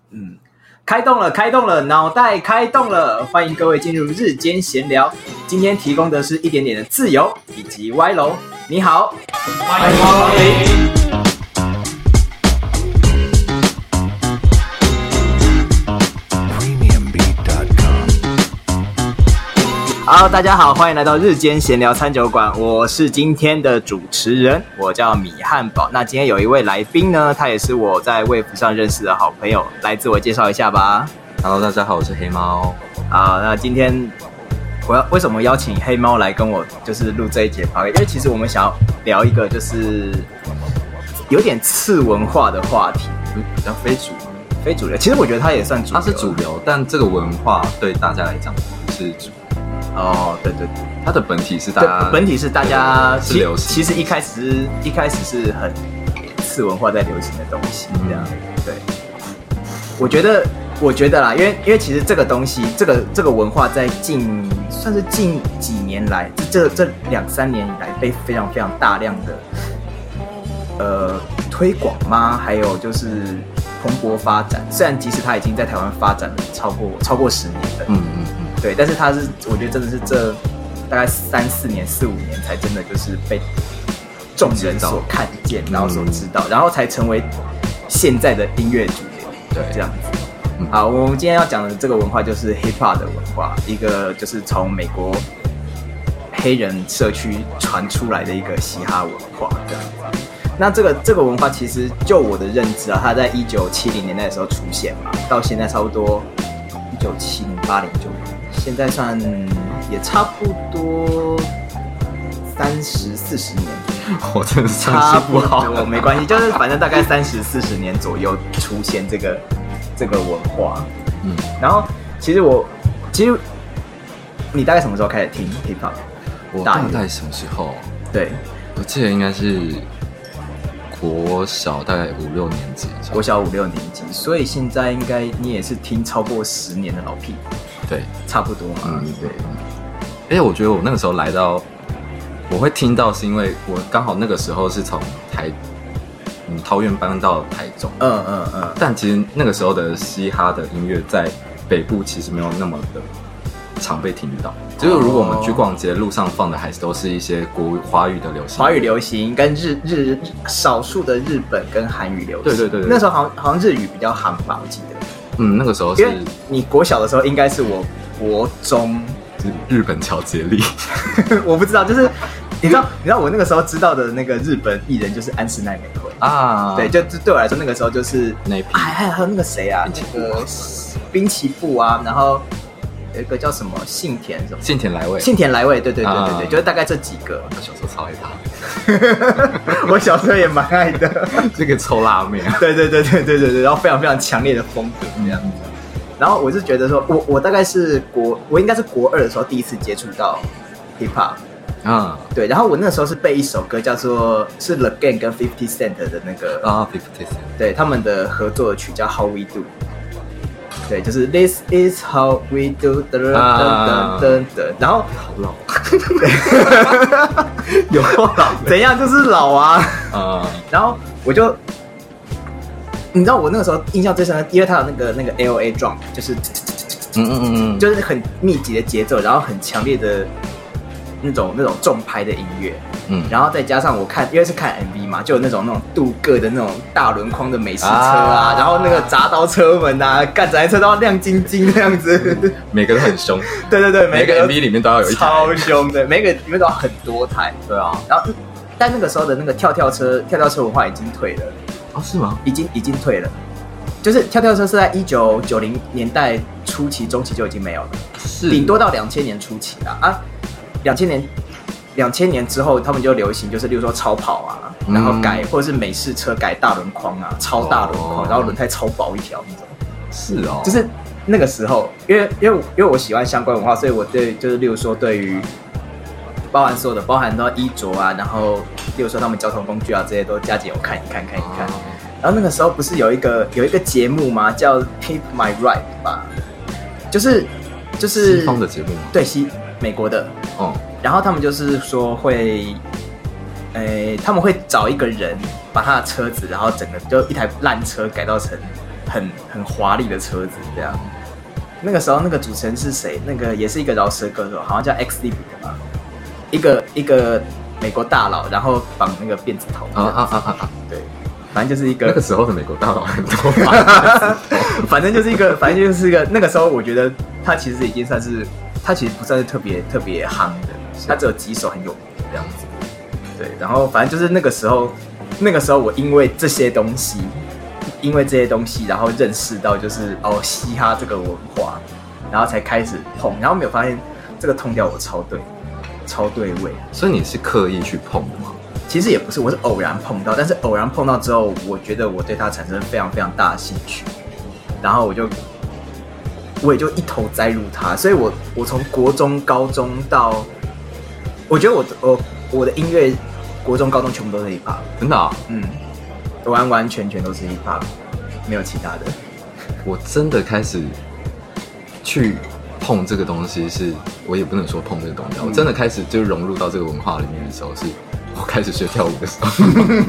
嗯，开动了，开动了，脑袋开动了！欢迎各位进入日间闲聊。今天提供的是一点点的自由以及歪楼。你好，欢迎光临。Hello， 大家好，欢迎来到日间闲聊餐酒馆，我是今天的主持人，我叫米汉堡。那今天有一位来宾呢，他也是我在Wave上认识的好朋友，来自我介绍一下吧。 Hello， 大家好，我是黑猫。 好，那今天为什么邀请黑猫来跟我就是录这一节 podcast？ 因为其实我们想要聊一个就是有点次文化的话题， 比较非主流。 其实我觉得它也算主流， 它是主流，但这个文化对大家来讲不是主流。 哦，对， 它的本体是大家是流行， 其实一开始是很次文化在流行的东西，这样对。我觉得啦，因为其实这个东西，这个文化在算是近几年来，这2-3年以来被非常非常大量的推广吗？还有就是蓬勃发展。虽然即使它已经在台湾发展了超过10年了，对，但是它是我觉得真的是这大概3-4年、4-5年才真的就是被众人所看见，然后所知道，然后才成为现在的音乐主流，对，这样子。好，我们今天要讲的这个文化就是 hip hop 的文化，一个就是从美国黑人社区传出来的一个嘻哈文化，这样子。那这个文化其实就我的认知啊，它在1970年代的时候出现嘛，到现在差不多1970、80、90，现在算也差不多30-40年。 我真的差不多，没关系，就是反正大概30-40年左右出现这个文化。然后其实你大概什么时候开始听 hip hop？ 我大概什么时候？ 对， 我记得应该是国小大概5-6年级。 国小5-6年级，所以现在应该你也是听超过10年的老屁股。对，差不多嘛。对。 而且我觉得我那个时候来到，我会听到是因为我刚好那个时候是从桃园搬到台中。但其实那个时候的嘻哈的音乐在北部其实没有那么的常被听到。就是如果我们去逛街，路上放的还是都是一些华语的流行， 华语流行跟少数的日本跟韩语流行。对，那时候好像日语比较夯吧，我记得。 那个时候是因为你国小的时候，应该是我国中日本乔杰利， 我不知道，就是你知道我那个时候知道的那个日本艺人就是安室奈美惠啊，对，就对我来说那个时候就是那一批， 还有那个谁啊，那个滨崎步啊，然后有一个叫什么信田来未，对，就是大概这几个。 我小时候超爱他， 我小时候也蛮爱的， 这个臭辣妹， 对，然后非常非常强烈的风格这样子。然后我是觉得说，我大概是我应该是国2的时候第一次接触到 hip hop，对。然后我那时候是背一首歌，叫做是 The Gang 跟50 Cent 的那个 50 Cent， 对，他们的合作的曲叫 How We Do， 对，就是 This is how we do， 然后好老， 有老怎样就是老啊，然后我就。你知道我那个时候印象最深的，因为它有那个 LA drum， 就是就是很密集的节奏，然后很强烈的那种重拍的音乐，然后再加上我看，因为是看 MV 嘛，就有那种镀铬的那种大轮框的美式车啊，然后那个铡刀车门啊，干整台车都要亮晶晶那样子， 每个都很凶， 对， 每个 MV 里面都要有一台超凶的，每个里面都要很多台，对啊，然后但那个时候的那个跳跳车文化已经退了。 哦，是吗？ 已经退了，就是跳跳车是在1990年代初期、中期就已经没有了，是顶多到2000年初期啦。2000年之后，他们就流行，就是例如说超跑啊，然后或者是美式车改大轮框啊，超大轮框，然后轮胎超薄一条那种。 是哦， 就是那个时候，因为我喜欢相关文化，所以我对就是例如说对于包含到衣着啊，然后例如说他们交通工具啊这些都加减我看一看。然后那个时候不是有一个节目吗？叫 Pimp My Ride 吧，就是西方的节目吗？ 对，美国的。然后他们就是说他们会找一个人把他的车子，然后整个就一台烂车改造成很华丽的车子这样。那个时候那个主持人是谁？那个也是一个饶舌歌手，好像叫 Xzibit 吧，一个美国大佬，然后绑那个辫子头。对，反正就是一个那个时候的美国大佬很多反正就是一个那个时候我觉得他其实已经算是，他其实不算是特别夯的，他只有几首很有名这样子。对，然后反正就是那个时候我因为这些东西，然后认识到就是嘻哈这个文化，然后才开始碰，然后没有发现这个痛调我超对味。 所以你是刻意去碰的吗？ 其实也不是，我是偶然碰到，但是偶然碰到之后，我觉得我对它产生非常非常大的兴趣，然后我也就一头栽入它，所以我从国中、高中到，我觉得我的音乐国中、高中全部都是 hip hop， 真的啊？ 完完全全都是 hip hop， 没有其他的。 我真的开始去碰这个东西是，我也不能说碰这个东西，我真的开始就融入到这个文化里面的时候，是我开始学跳舞的时候。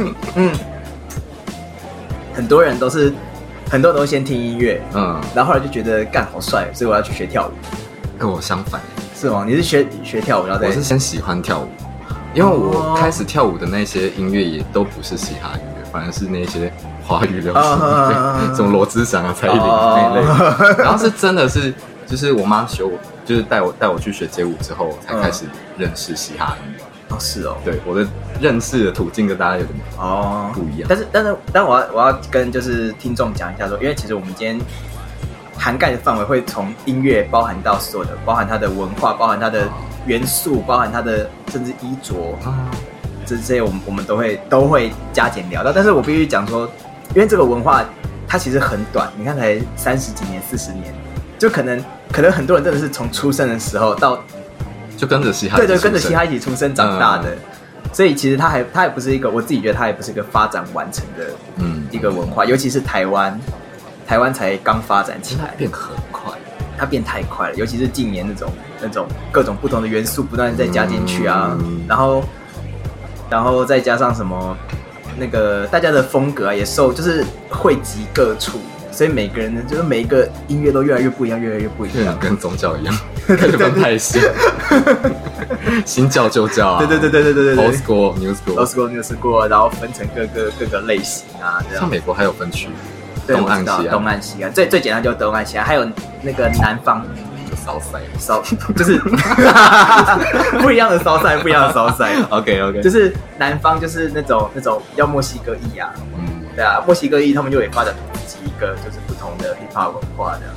很多人都先听音乐，然后后来就觉得干好帅，所以我要去学跳舞。 跟我相反， 是吗？你是学跳舞，然后我是先喜欢跳舞，因为我开始跳舞的那些音乐也都不是嘻哈音乐，反而是那些华语流行音乐，什么罗志祥啊、蔡依林那一类。然后是真的是，就是我妈学我，就是带我去学街舞之后，才开始认识嘻哈音乐。 是哦， 对，我的认识的途径跟大家有点不一样。 但我要跟就是听众讲一下说，因为其实我们今天涵盖的范围会从音乐包含到所有的，包含它的文化，包含它的元素，包含它的甚至衣着，这些我们都会加减聊到。但是我必须讲说，因为这个文化它其实很短，你看才30几年、40年，就可能很多人真的是从出生的时候到。 就跟着嘻哈， 对，跟着嘻哈一起出生长大的，所以其实它还不是一个，我自己觉得它也不是一个发展完成的一个文化，尤其是台湾才刚发展起来， 变很快， 它变太快了，尤其是近年那种各种不同的元素不断再加进去啊，然后再加上什么那个大家的风格啊，也就是汇集各处。所以每个人呢，就是每一个音乐都越来越不一样，越来越不一样， 跟宗教一样，开始分派系，新教旧教啊， 对 ，old school new school， 然后分成各个类型啊，这样。 像美国还有分区，东岸西岸， 最简单就是东岸西岸，还有那个南方就Southside， 就是不一样的Southside， OK， 就是南方就是那种要墨西哥裔啊，对啊，墨西哥裔他们就会发展自己一个就是不同的 hip hop 文化的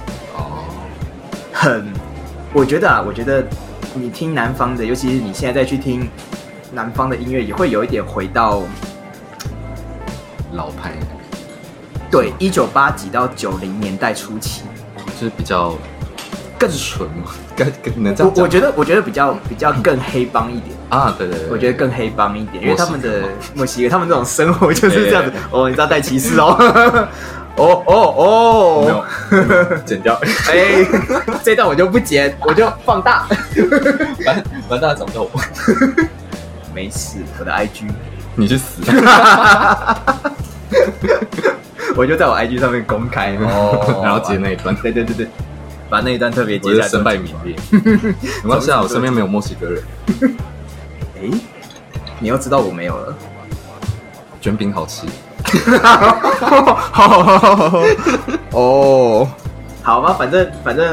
我觉得你听南方的，尤其是你现在再去听南方的音乐，也会有一点回到老派， 对，1980几到90年代初期， 就是比较更纯嘛，能这样讲？ 我觉得比较更黑帮一点啊，对， 我觉得更黑帮一点，因为他们的墨西哥，他们这种生活就是这样子你知道带歧视没有剪掉， 这段我就不剪，我就放大， 反正大家找不到我， 没事，我的 IG， 你去死， 我就在我 IG 上面公开然后截那一段， 对，把那一段特别接下来， 我身败名裂。没关系啊，我身边没有墨西哥人。 你又知道我没有了。 卷饼好吃。 好吧，反正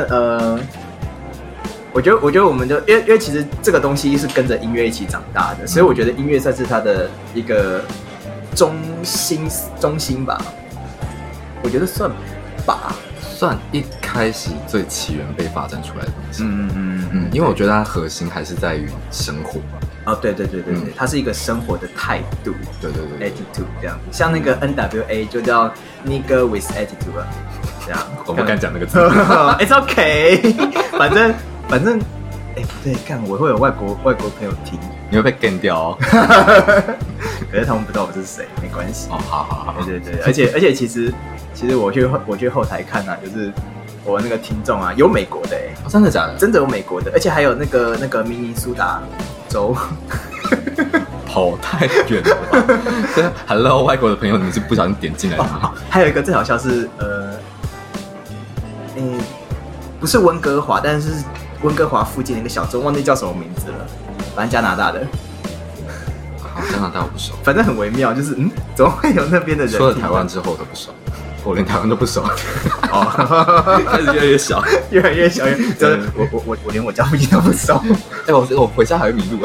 我觉得我们就因为其实这个东西是跟着音乐一起长大的，所以我觉得音乐算是它的一个中心吧。我觉得算吧。 算一开始最起源被发展出来的东西，因为我觉得它核心还是在于生活。 对，它是一个生活的态度， 对 ，attitude 这样，像那个 NWA 就叫 Nigga with Attitude 啊，这样。 我不敢讲那个字 ，It's OK， 反正，不对，看我会有外国朋友听， 你会被 gan 掉哦。 可是他们不知道我是谁，没关系。 好， 对，而且其实我去后台看啊，就是我那个听众啊，有美国的真的假的？ 真的有美国的，而且还有那个明尼苏达州， 跑太远了吧？Hello， 外国的朋友，你是不小心点进来的吗？ 还有一个最好笑是不是温哥华，但是温哥华附近的一个小镇，忘记叫什么名字了，反正加拿大的。 加拿大我不熟， 反正很微妙，就是怎么会有那边的人？ 除了台湾之后都不熟，我连台湾都不熟。哦，开始越来越小， 越来越小，就是我连我家附近都不熟。 我回家还会迷路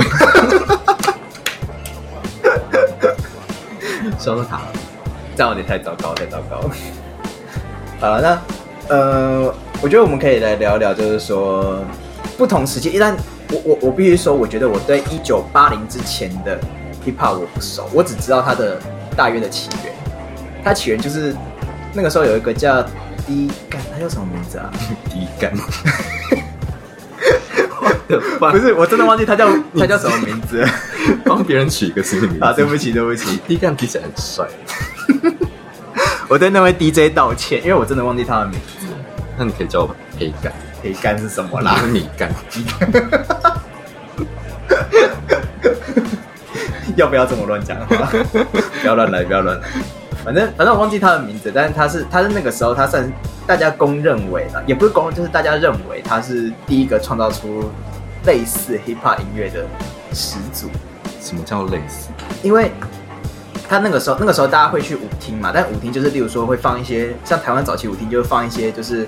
笑到卡了， 这样有点太糟糕，太糟糕。好了，那我觉得我们可以来聊一聊，就是说不同时期，但我必须说，我觉得我对1980之前的 hip hop 我不熟，我只知道它的大约的起源。它起源就是那个时候有一个叫 D 干，他叫什么名字啊 ？D 干。 不是，我真的忘记他叫什么名字了。 帮别人取一个新名字啊！对不起 ，D 干听起来很帅。 我对那位 DJ 道歉，因为我真的忘记他的名字。 那你可以叫我黑干。 黑干是什么啦？ 米干。 要不要这么乱讲话？不要乱来，不要乱来。反正我忘记他的名字，但是他是那个时候他算是大家公认为了，也不是公认，就是大家认为他是第一个创造出类似 hip hop 音乐的始祖。 什么叫类似？ 因为他那个时候大家会去舞厅嘛，但舞厅就是例如说会放一些像台湾早期舞厅就会放一些就是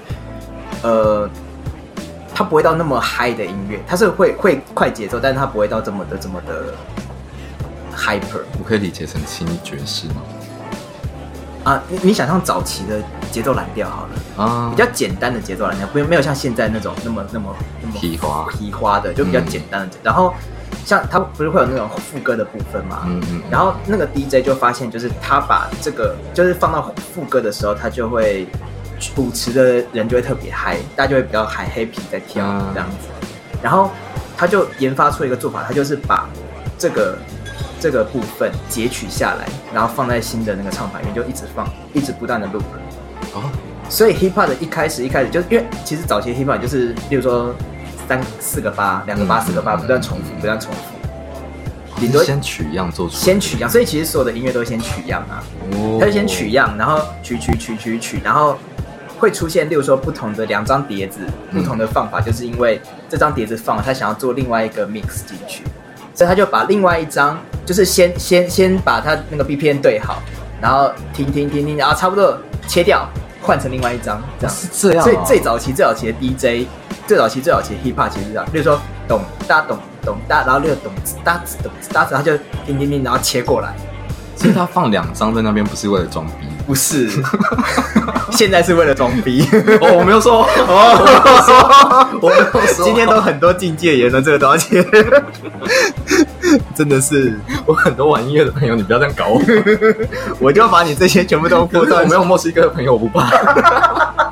它不会到那么嗨的音乐，它是会快节奏，但是它不会到这么的 hyper。 我可以理解成轻爵士吗？ 啊，你想象早期的节奏蓝调好了啊，比较简单的节奏蓝调，没有像现在那种那么皮花的，就比较简单的。然后像它不是会有那种副歌的部分嘛，然后那个 DJ 就发现，就是他把这个就是放到副歌的时候，他就会舞池的人就会特别嗨，大家就会比较嗨 happy 在跳这样子。然后他就研发出一个做法，他就是把这个部分截取下来，然后放在新的那个唱盘里面，就一直放，一直不断的 loop。哦，所以 hip hop 的一开始就是因为其实早期 hip hop 就是，例如说4个8、2个8、4个8，不断重复。 顶多先取样做出来， 先取样，所以其实所有的音乐都会先取样啊。他就先取样，然后取，然后会出现，例如说不同的2张碟子，不同的放法，就是因为这张碟子放了，他想要做另外一个 mix 进去。所以他就把另外一张，就是先把他那个 BPM 对好，然后听，然后差不多切掉，换成另外一张，这样是这样。 所以最早期的 DJ， 最早期的 hip hop 其实是这样，比如说咚哒咚咚哒，然后那个咚哒子咚哒子，他就听，然后切过来。 所以他放2张在那边，不是为了装逼， 不是，现在是为了装逼。 我没有说，我没有说， 今天都很多境界言论，这个都要切。真的是， 我很多玩音乐的朋友，你不要这样搞我， 我就把你这些全部都播到。 我没有墨西哥的朋友，我不怕。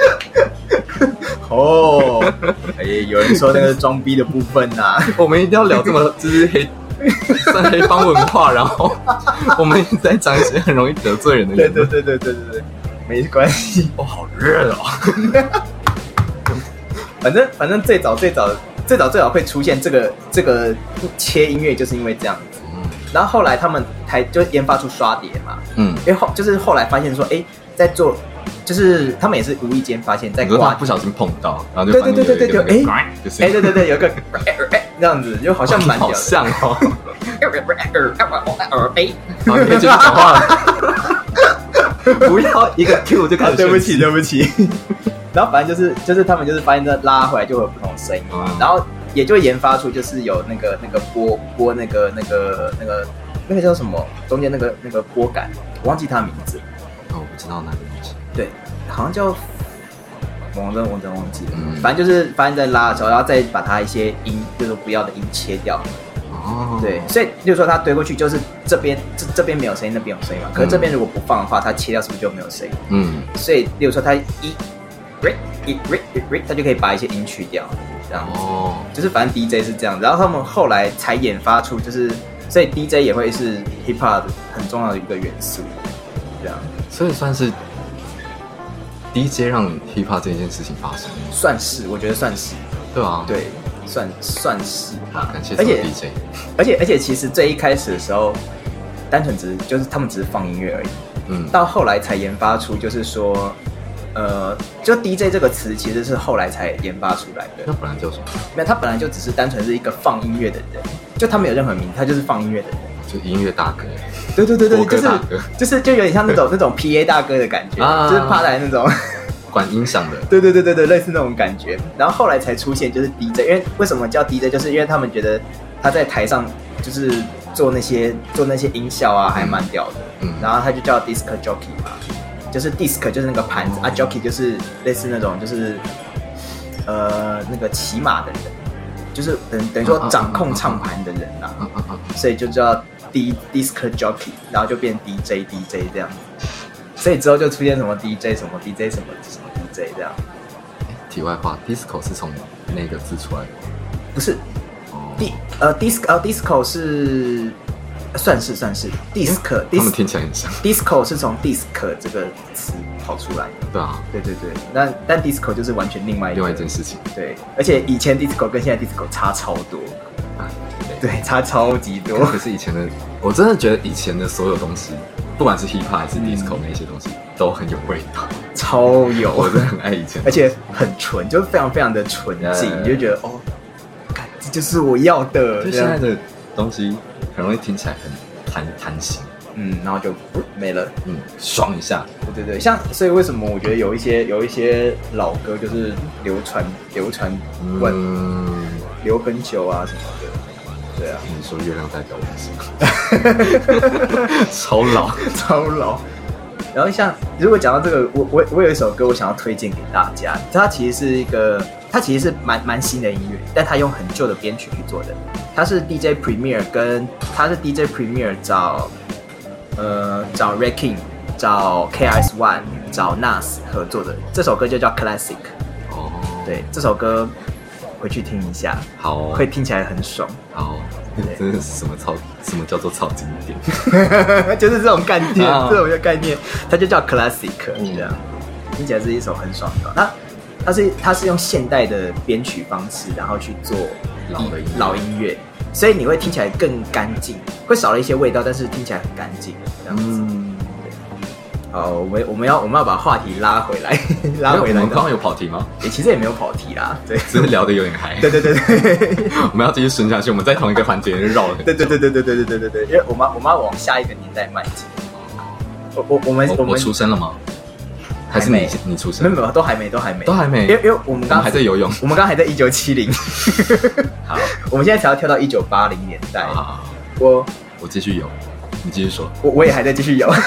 哦，有人说那个装逼的部分啊， 我们一定要聊这么就是算黑帮文化，然后我们一直在讲一些很容易得罪人的言论。 对，没关系。 哦，好热哦。 反正最早会出现这个切音乐，就是因为这样子。然后后来他们就研发出刷碟嘛，因为就是后来发现说，在做，就是他们也是无意间发现，在挂不小心碰到，然后就对，对，有个这样子，就好像蛮好像哦。 好，你继续讲话了。不要一个 Q 就开始。对不起。然后反正就是他们就是发现这拉回来就会有不同的声音，然后也就研发出就是有那个拨那个叫什么，中间那个拨杆，我忘记它的名字。 我不知道那个东西。对， 好像叫我真忘记了。反正就是发现在拉的时候，然后再把它一些音，就是不要的音切掉。哦。对，所以例如说它堆过去，就是这边没有声音，那边有声音嘛。可是这边如果不放的话，它切掉是不是就没有声音？所以例如说它他就可以把一些音去掉，这样子。就是反正 DJ 是这样，然后他们后来才研发出，就是所以 DJ 也会是 hip hop 很重要的一个元素，这样。 所以算是 DJ 让 hip hop 这件事情发生， 算是，我觉得算是。 对啊， 对， 算是吧。感谢所有 DJ。 而且其实最一开始的时候，单纯就是他们只是放音乐而已。到后来才研发出，就是说，就 DJ 这个词其实是后来才研发出来的。 那本来就什么？ 没有，他本来就只是单纯是一个放音乐的人，就他没有任何名字，他就是放音乐的人， 就音乐大哥。 对，就有点像那种 PA 大哥的感觉，就是趴来那种管音响的。 对，类似那种感觉。然后后来才出现就是 DJ， 因为为什么叫 DJ， 就是因为他们觉得他在台上就是做那些音效啊，还蛮屌的。然后他就叫 disc jockey 嘛，就是 disc 就是那个盘子啊 ，jockey 就是类似那种就是那个骑马的人，就是等于说掌控唱盘的人啊，所以就叫disc jockey， 然后就变 DJ 这样子，所以之后就出现什么 DJ 什么 DJ 什么 DJ 这样。 题外话 ，disco 是从那个字出来的？ 不是，disco 是。算是 disc， 他们听起来很像。 disco 是从 disc 这个词跑出来的。 对啊， 对。但 disco 就是完全另外一件事情。 对，而且以前 disco 跟现在 disco 差超多。对，差超级多。 可是以前的，我真的觉得以前的所有东西，不管是 hip hop 还是 disco 那些东西，都很有味道， 超有。 我真的很爱以前， 而且很纯，就是非常非常的纯净，你就觉得哦，这就是我要的。 就现在的东西很容易听起来很弹性， 然后就没了， 爽一下。 对，像所以为什么我觉得有一些老歌就是流传流很久啊什么的。对啊， 你说月亮代表我是吗？超老。 然后像如果讲到这个，我有一首歌我想要推荐给大家，它其实是蛮新的音乐，但它用很旧的编曲去做的。它是 DJ Premier 找Rakim 找 KRS-One 找 Nas 合作的，这首歌就叫 Classic。对，这首歌回去听一下， 好， 会听起来很爽。 好，真的是什么叫做超经典？ 就是这种概念，这种概念，它就叫 Classic， 这样听起来是一首很爽的歌。它是用现代的编曲方式，然后去做老音乐，所以你会听起来更干净，会少了一些味道，但是听起来很干净，这样子。好，我们要把话题拉回来。 我们刚刚有跑题吗？ 其实也没有跑题啦，对， 只是聊得有点嗨。对。我们要继续顺下去，我们在同一个环节绕了很久。 对，因为我们要往下一个年代迈进。 我出生了吗？还是你出生？ 没有，都还没。因为我们刚还在游泳， 我们刚还在1970。好，我们现在才要跳到1980年代。我继续游。你继续说， 我也还在继续游。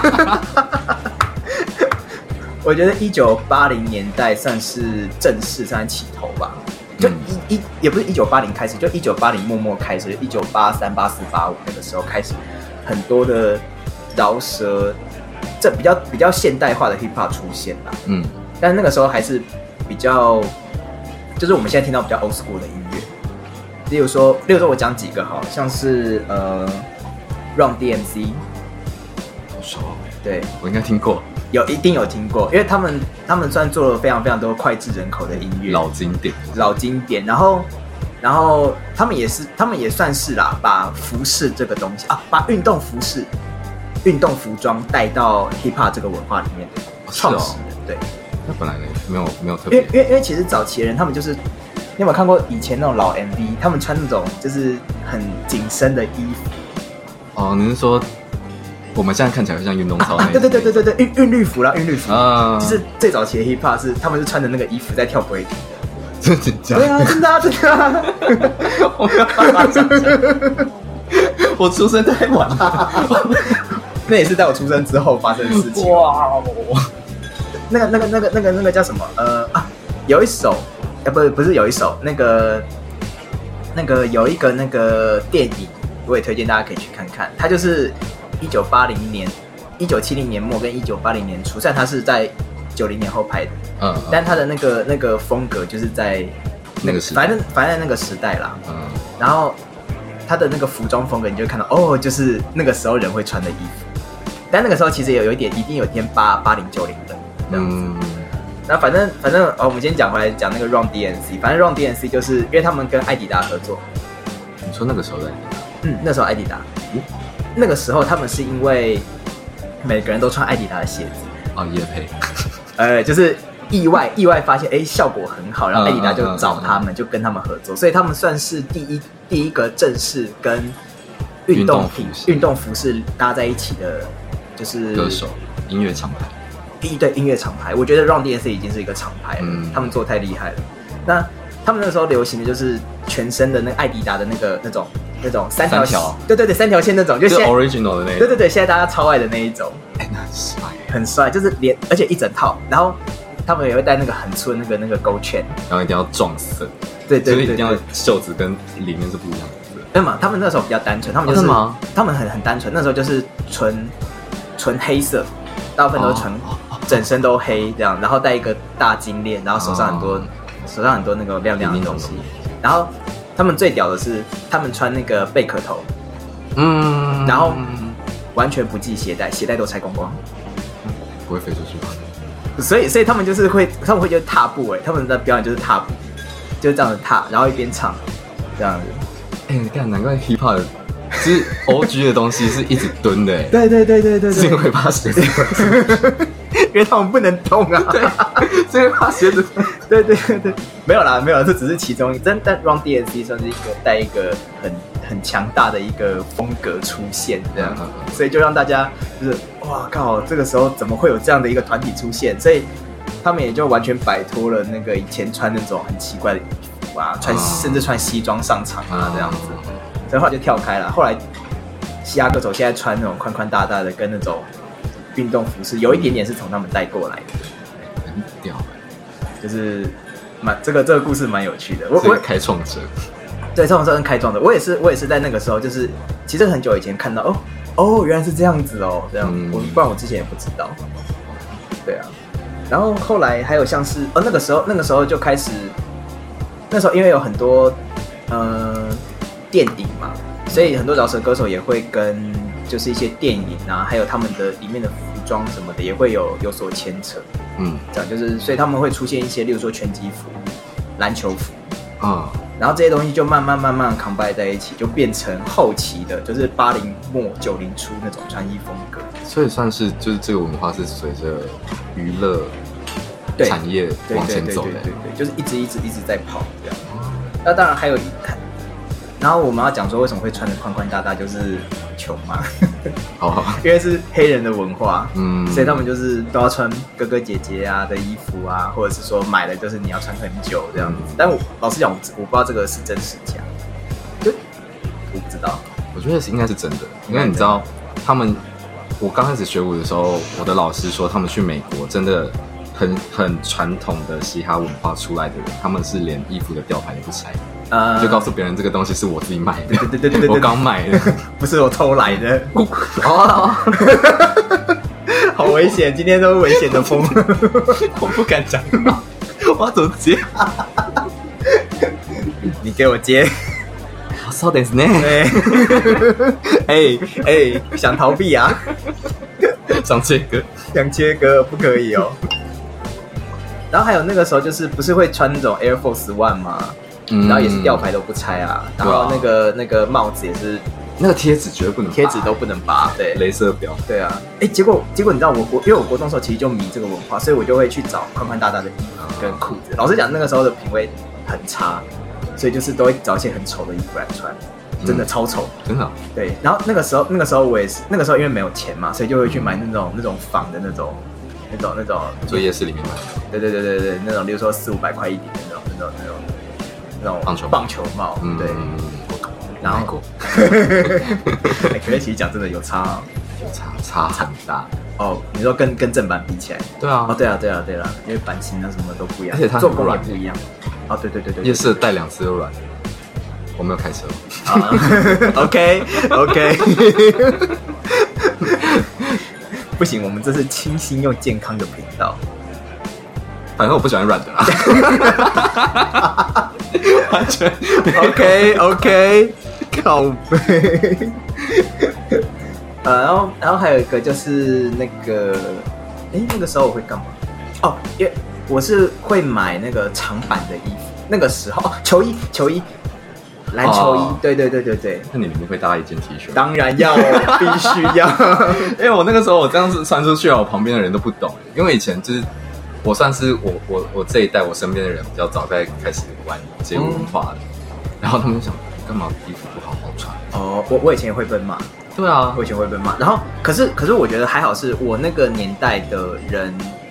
我觉得1980年代算是正式算起头吧，就也不是1980开始，就1980末开始，就1983、84、85那个时候开始，很多的饶舌，这比较现代化的 hip hop 出现啦。但是那个时候还是比较，就是我们现在听到比较 old school 的音乐，例如说我讲几个好，像是Run DMC， 好熟， 对， 我应该听过， 一定有听过，因为他们算做了非常非常多脍炙人口的音乐， 老经典。然后他们也算是啦，把服饰这个东西啊，把运动服装带到 hip hop 这个文化里面的创始人，对。 那本来呢没有特别， 因为其实早期的人他们就是，你有没有看过以前那种老 MV， 他们穿那种就是很紧身的衣服。 你是说我们现在看起来像运动操那种？对，韵律服啊，就是最早期的 hip hop 他们是穿着那个衣服在跳 breaking 的。 真的假的？ 对啊，真的啊。 我没有办法想象，我出生太晚了。 那也是在我出生之后发生的事情。哇，那个叫什么？有一首，不是有一首，那个有一个那个电影。我也推荐大家可以去看看，它就是1970年末跟1980年初，虽然它是在90年后拍的，但它的那个风格就是在那个时代， 反正那个时代啦，然后它的那个服装风格，你就会看到就是那个时候人会穿的衣服，但那个时候其实一定有偏80、90的这样子， 那反正我们先讲回来讲那个 Run DMC， 反正 Run DMC 就是因为他们跟艾迪达合作。 你说那个时候的艾迪达？ 那时候艾迪达，那个时候他们是因为每个人都穿艾迪达的鞋子业配， 就是意外发现效果很好，然后艾迪达就找他们，就跟他们合作，所以他们算是第一个正式跟运动服饰搭在一起的，就是歌手音乐厂牌。 对，音乐厂牌，我觉得 Run DMC 已经是一个厂牌了，他们做太厉害了。那他们那时候流行的就是全身的那个艾迪达的那种三条，对三条线那种，就是 original 的那种。 对，现在大家超爱的那一种， 那很帅， 很帅，就是而且一整套，然后他们也会带那个很粗的那个勾圈， 然后一定要撞色， 对， 就是一定要袖子跟里面是不一样的。 对嘛，他们那时候比较单纯，他们就是他们很单纯，那时候就是纯黑色，大部分都是整身都黑这样，然后戴一个大金链，然后手上很多那个亮亮的东西，然后他们最屌的是他们穿那个贝壳头，然后完全不系鞋带都拆光光， 不会飞出去吗？ 所以他们就是他们会就踏步他们的表演就是踏步，就是这样子踏，然后一边唱这样子。 你看，难怪 hip hop 就是 OG 的东西是一直蹲的对， 是因为怕鞋子， 因为他们不能动啊， 对，是因为怕鞋子。 对，没有啦，这只是其中一，但 Run DMC 算是一个带一个很强大的一个风格出现这样，所以就让大家就是哇靠，这个时候怎么会有这样的一个团体出现？所以他们也就完全摆脱了那个以前穿那种很奇怪的衣服啊，甚至穿西装上场啊这样子，所以后来就跳开了。后来嘻哈歌手现在穿那种宽宽大大的，跟那种运动服饰，有一点点是从他们带过来的， 很屌就是这个故事蛮有趣的。 我开创者， 对，这种是开创者。我也是在那个时候，就是其实很久以前看到原来是这样子这样，不然我之前也不知道。对啊，然后后来还有像是那个时候就开始，那时候因为有很多电影嘛，所以很多饶舌歌手也会跟就是一些电影啊，还有他们的里面的服装什么的也会有所牵扯。这样就是所以他们会出现一些，例如说拳击服、篮球服然后这些东西就慢慢 combine 在一起，就变成后期的，就是80末90初那种穿衣风格。 所以算是就是这个文化是随着娱乐产业往前走的， 对，就是一直在跑这样。那当然还有然后我们要讲说为什么会穿得宽宽大大，就是穷嘛，因为是黑人的文化，所以他们就是都要穿哥哥姐姐啊的衣服啊，或者是说买了就是你要穿很久这样子。但老实讲，我不知道这个是真是假，就我不知道。 我觉得应该是真的，因为你知道我刚开始学舞的时候，我的老师说他们去美国真的很传统的嘻哈文化出来的人，他们是连衣服的吊牌都不拆。就告诉别人这个东西是我自己买的，对，我刚买的， 不是我偷来的。好危险，今天都是危险的风， 我不敢讲话，我要怎么接？ 你给我接。 そうですね。 想逃避啊？ 想切割，不可以哦。然后还有那个时候就是不是会穿那种 Air Force One 吗？然后也是吊牌都不拆啊，然后那个帽子也是， 那个贴纸绝对不能拔， 贴纸都不能拔，对， 雷射表， 对啊，结果你知道因为我国中的时候其实就迷这个文化，所以我就会去找宽宽大大的衣服跟裤子。老实讲，那个时候的品味很差，所以就是都会找一些很丑的衣服来穿，真的超丑， 真的。 对，然后那个时候我也是，那个时候因为没有钱嘛，所以就会去买那种仿的那种， 做夜市里面买， 对，那种，例如说400-500块一顶的那种棒球帽，对，然后，可是其实讲真的有差， 差很大哦。你说跟正版比起来， 对啊， 对啊，因为版型啊什么都不一样， 而且它做工也不一样。对， 夜市戴2次就软，我没有开车。 OK， 不行，我们这是清新又健康的频道。 反正我不喜欢软的啦，完全 OK， 靠背。然后还有一个就是那个时候我会干嘛？因为我是会买那个长版的衣服，那个时候球衣，篮球衣，对。 那你里面会搭一件 T 恤？ 当然要，必须要。 因为我那个时候我这样子穿出去，我旁边的人都不懂，因为以前就是我算是我这一代我身边的人比较早在开始玩街舞文化的，然后他们就想干嘛衣服不好好穿？ 哦，我以前也会被骂。 对啊， 我以前会被骂，然后可是我觉得还好，是我那个年代的人，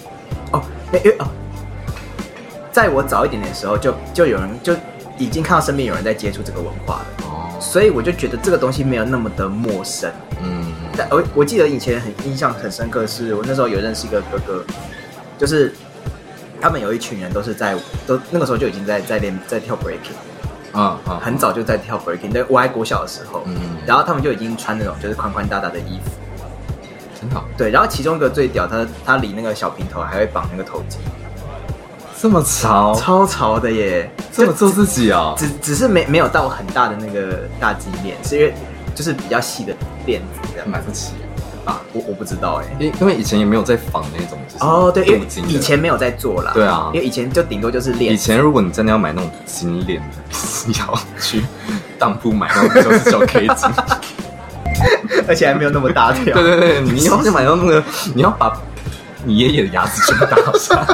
在我早一点的时候就有人就已经看到身边有人在接触这个文化了，所以我就觉得这个东西没有那么的陌生。但我记得以前印象很深刻的是，我那时候有认识一个哥哥，就是他们有一群人都那个时候就已经在跳 breaking。很早就在跳 breaking， 对，我还国小的时候，然后他们就已经穿那种就是宽宽大大的衣服， 真好。 对，然后其中一个最屌，他理那个小平头还会绑那个头巾， 这么潮， 超潮的耶！ 这么做自己啊？ 只是没有到很大的那个大肌链，是因为就是比较细的链子这样。 买不起啊，我不知道哎， 因为以前也没有在仿那种就是对，因为以前没有在做啦。 对啊， 因为以前就顶多就是链。 以前如果你真的要买那种金链的，你要去当铺买那种99K 金， 而且还没有那么大条。 对，你要买到那个，你要把你爷爷的牙齿全部打上。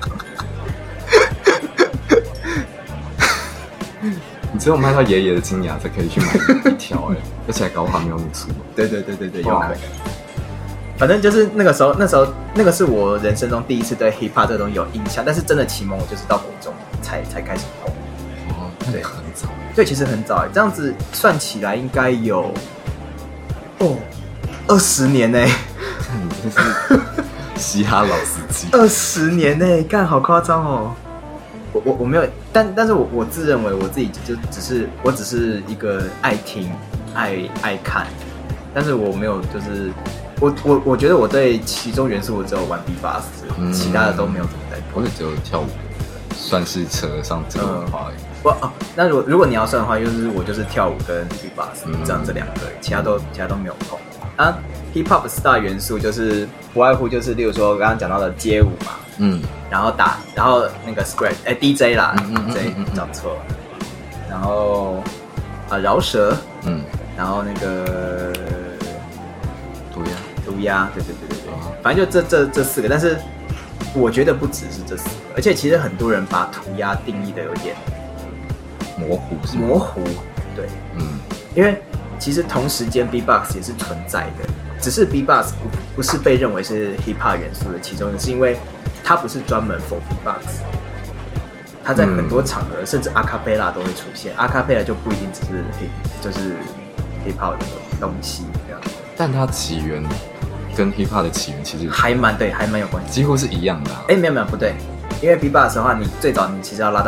你只有卖到爷爷的金牙才可以去买一条而且还搞不好没有你粗。 对，有那个。反正就是那个时候，那个是我人生中第一次对 hip hop 这个东西有印象，但是真的启蒙我就是到国中才开始碰。 对，很早。 对，其实很早，这样子算起来应该有20年呢。 看你真是嘻哈老司机。 20年呢，干好夸张哦。我没有，但是我自认为我自己我只是一个爱听爱看，但是我没有就是我觉得我对其中元素我只有玩 B-box，其他的都没有怎么在。 我也只有跳舞，算是扯上这个文化而已。 那如果你要算的话，我就是跳舞跟 B-box 这样这两个，其他都没有碰啊。Hip Hop Star 元素就是不外乎就是，例如说刚刚讲到的街舞嘛，然后那个 Scratch，DJ 啦，DJ 讲错了，然后饶舌，然后那个涂鸦，对，反正就这4个，但是我觉得不只是这4个，而且其实很多人把涂鸦定义的有点模糊，对，因为其实同时间 B-box 也是存在的。只是 B-box 不是被认为是 hip hop 元素的其中一个，是因为它不是专门 for B-box， 它在很多场合，甚至阿卡贝拉都会出现。阿卡贝拉就不一定只是就是 hip hop 的东西这样。 但它起源跟 hip hop 的起源其实还蛮有关系， 几乎是一样的。 没有不对，因为 B-box 的话，你最早你其实要拉到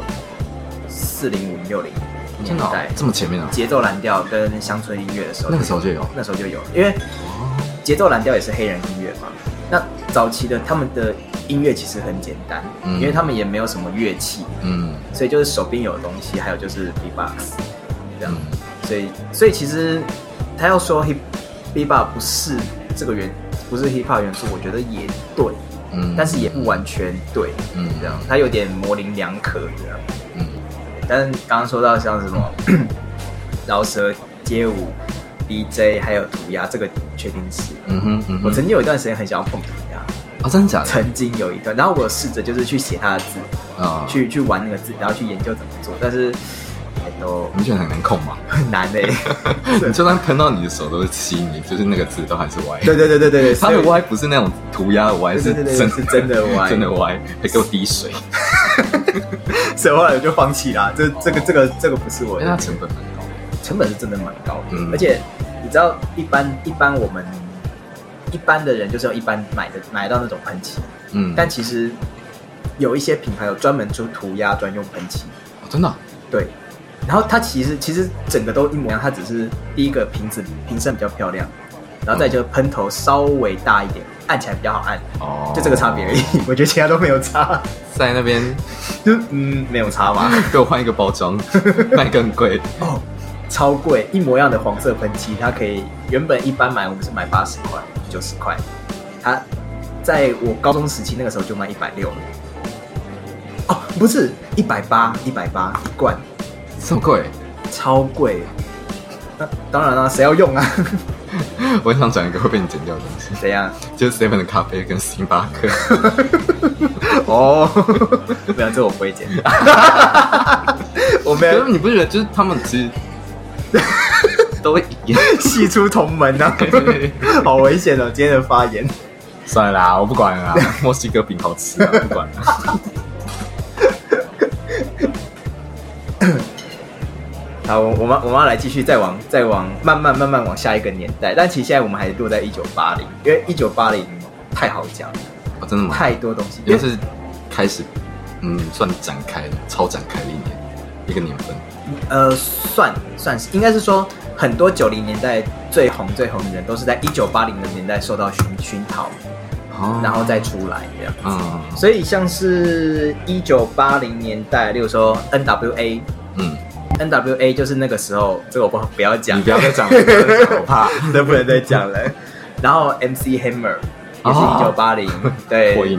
1940、50、60。年代这么前面啊！ 节奏蓝调跟乡村音乐的时候， 那个时候就有， 因为节奏蓝调也是黑人音乐嘛。那早期的他们的音乐其实很简单，因为他们也没有什么乐器，所以就是手边有的东西，还有就是 B-box 这样。所以其实他要说 B-box 不是不是 hip hop 元素，我觉得也对，但是也不完全对，这样它有点模棱两可这样。但是刚刚说到像什么饶舌、街舞、DJ 还有涂鸦，这个确定是。我曾经有一段时间很想要碰涂鸦。 真的假的？ 曾经有一段，然后我试着就是去写他的字，去玩那个字，然后去研究怎么做，但是你觉得很难控吗？ 很难你就算喷到你的手都是漆，你就是那个字都还是歪。 对， 他的歪不是那种涂鸦的歪，是真的歪， 真的歪，还给我滴水。 所以后来我就放弃啦。这个不是我的。 因为它成本蛮高的， 成本是真的蛮高的。而且你知道，一般我们一般的人就是要一般买到那种喷漆，但其实有一些品牌有专门出涂鸦专用喷漆。 真的？ 对。然后它其实整个都一模一样，它只是第一个瓶身比较漂亮，然后再就是喷头稍微大一点，按起来比较好按，就这个差别而已。我觉得其他都没有差。 在那边就没有差嘛， 给我换一个包装，卖更贵超贵，一模一样的黄色喷漆，它可以原本一般买我们是买80块、90块，它在我高中时期那个时候就卖160了。 不是180一罐， 这么贵？ 超贵。那当然了，谁要用啊？ 我很想讲一个会被你剪掉的东西。 怎样？ 就是 Seven 的咖啡跟星巴克。 哦，没有，这我不会剪。我没有， 你不觉得就是他们其实都会系出同门啊？好危险哦！今天的发言。 算了啦，我不管了啦。墨西哥饼好吃啊，不管了。 好，我们要来继续再往慢慢往下一个年代，但其实现在我们还是落在1980，因为1980太好讲了。 哦，真的吗？ 太多东西， 因为是开始算展开的，超展开的一个年份。 算是，应该是说很多90年代最红的人都是在1980的年代受到熏陶，然后再出来这样子。所以像是1980年代，例如说 NWA，NWA 就是那个时候，这个我不要讲， 你不要再讲了，我怕， 都不能再讲了。然后 MC Hammer 也是1980，对， 破音，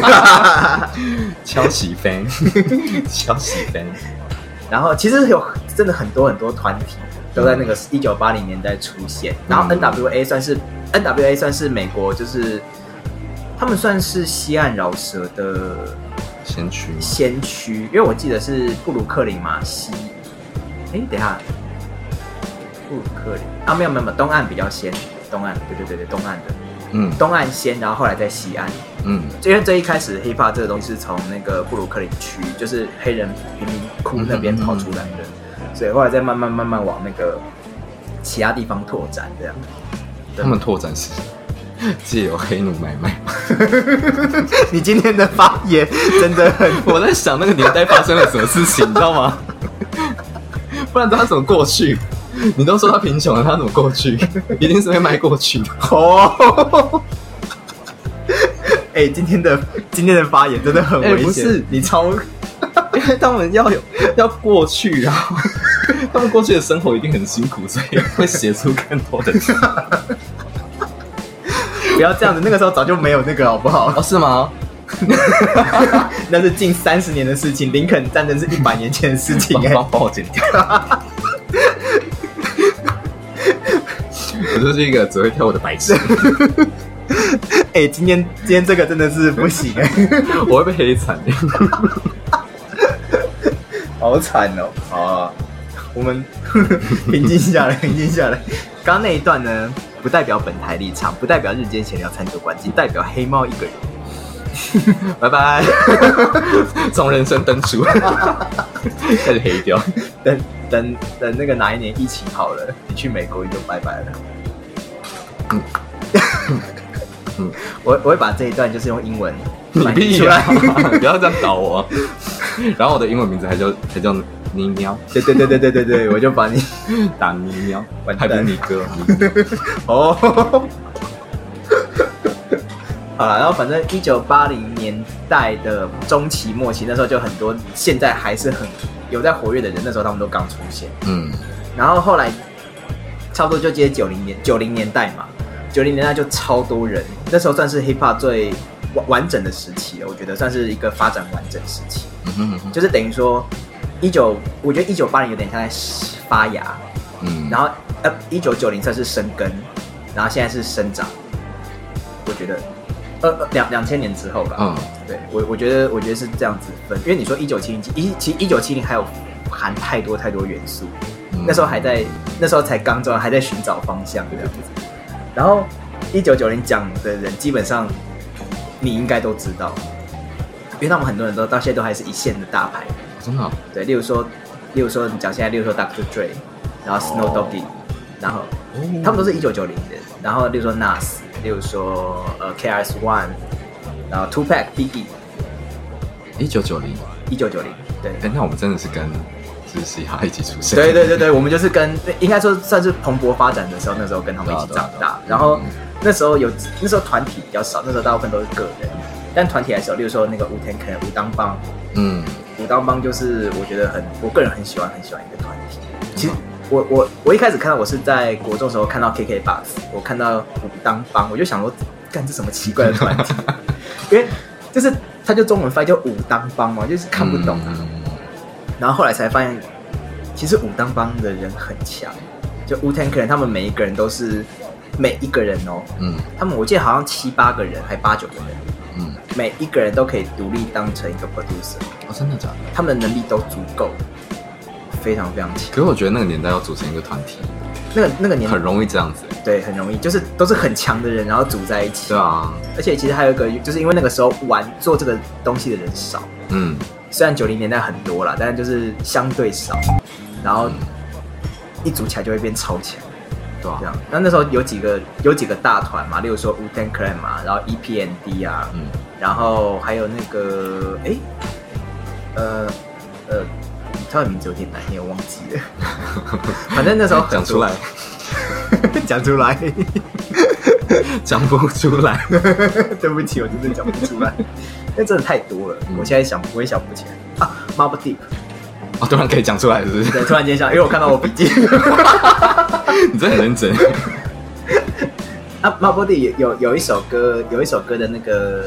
敲喜 fan， 敲喜 fan。 然后其实有真的很多团体都在那个1980年代出现。然后 NWA 算是美国，就是他们算是西岸饶舌的先驱，因为我记得是布鲁克林嘛，等一下，布鲁克林啊，没有，东岸比较先，东岸，对，东岸的，东岸先，然后后来在西岸，因为最一开始 hip hop 这个东西是从那个布鲁克林区，就是黑人贫民窟那边跑出来的，所以后来再慢慢往那个其他地方拓展，这样。 他们拓展是借由黑奴买卖。 你今天的发言真的很， 我在想那个年代发生了什么事情，你知道吗？不然他怎么过去？你都说他贫穷了，他怎么过去？一定是会卖过去的。 哦，今天的发言真的很危险。 不是你超， 因为他们要过去，然后他们过去的生活一定很辛苦，所以会写出更多的。 不要这样子，那个时候早就没有那个，好不好？ 哦，是吗？ 那是近30年的事情，林肯战争是100年前的事情。 帮我剪掉。我就是一个只会跳舞的白痴。 今天这个真的是不行我会被黑惨。 好惨哦！好，我们平静下来。刚刚那一段呢，不代表本台立场，不代表日间闲聊餐酒馆，仅代表黑猫一个人。拜拜。 从人生登出，开始黑掉。 等那个哪一年疫情好了，你去美国你就拜拜了。我会把这一段就是用英文翻译出来。 不要这样搞我。然后我的英文名字还叫妮喵。 对，我就把你打妮喵，还不是你哥。 哦。好了，然后反正1980年代的中期末期，那时候就很多现在还是很有在活跃的人，那时候他们都刚出现。然后后来差不多就接90年代嘛，90年代就超多人，那时候算是 hip hop 最完整的时期了，我觉得算是一个发展完整时期。就是等于说我觉得1980有点像在发芽，然后1990算是生根，然后现在是生长。我觉得2000年之后吧，对，我觉得是这样子分，因为你说1970，其实1970还有含太多元素，那时候才刚做，还在寻找方向这样子。然后1990讲的人基本上你应该都知道，因为他们很多人都到现在都还是一线的大牌， 真的。对， 例如说你讲现在，例如说 Dr. Dre， 然后 Snoop Doggy， 然后他们都是1990的，然后例如说 Nas， 例如说KRS-One， 然后 Tupac、Biggie。 1990， 对。 那我们真的是跟就是嘻哈一起出现。 对，我们就是应该说算是蓬勃发展的时候，那时候跟他们一起长大。然后那时候团体比较少，那时候大部分都是个人，但团体还是有，例如说那个Wu-Tang、武当帮，武当帮就是我觉得我个人很喜欢一个团体。其实我一开始看到，我是在国中的时候看到 KKBOX， 我看到武当帮，我就想说，干这什么奇怪的团体？因为就是他就中文翻译就武当帮嘛，就是看不懂啊。然后后来才发现，其实武当帮的人很强，就 Wu-Tang Clan 他们每一个人都是每一个人哦，他们我记得好像7、8个人，还8、9个人，每一个人都可以独立当成一个 producer。 哦，真的假的？ 他们的能力都足够，非常非常强。 可是我觉得那个年代要组成一个团体， 那个年代很容易这样子。 对，很容易，就是都是很强的人，然后组在一起。 对啊， 而且其实还有一个，就是因为那个时候做这个东西的人少，虽然90年代很多啦，但是就是相对少，然后一组起来就会变超强。对啊，这样。那时候有几个大团嘛，例如说 Wu-Tang Clan 嘛，然后 EPMD 啊，然后还有那个他的名字有点难念，我忘记了。反正那时候讲出来， 讲出来， 讲不出来。 对不起，我真的讲不出来，因为真的太多了，我现在我也想不起来啊。Mobb Deep， 哦，突然可以讲出来，是不是？ 对，突然间想，因为我看到我笔记。 你真的很认真。 啊 ，Mobb Deep 有一首歌的那个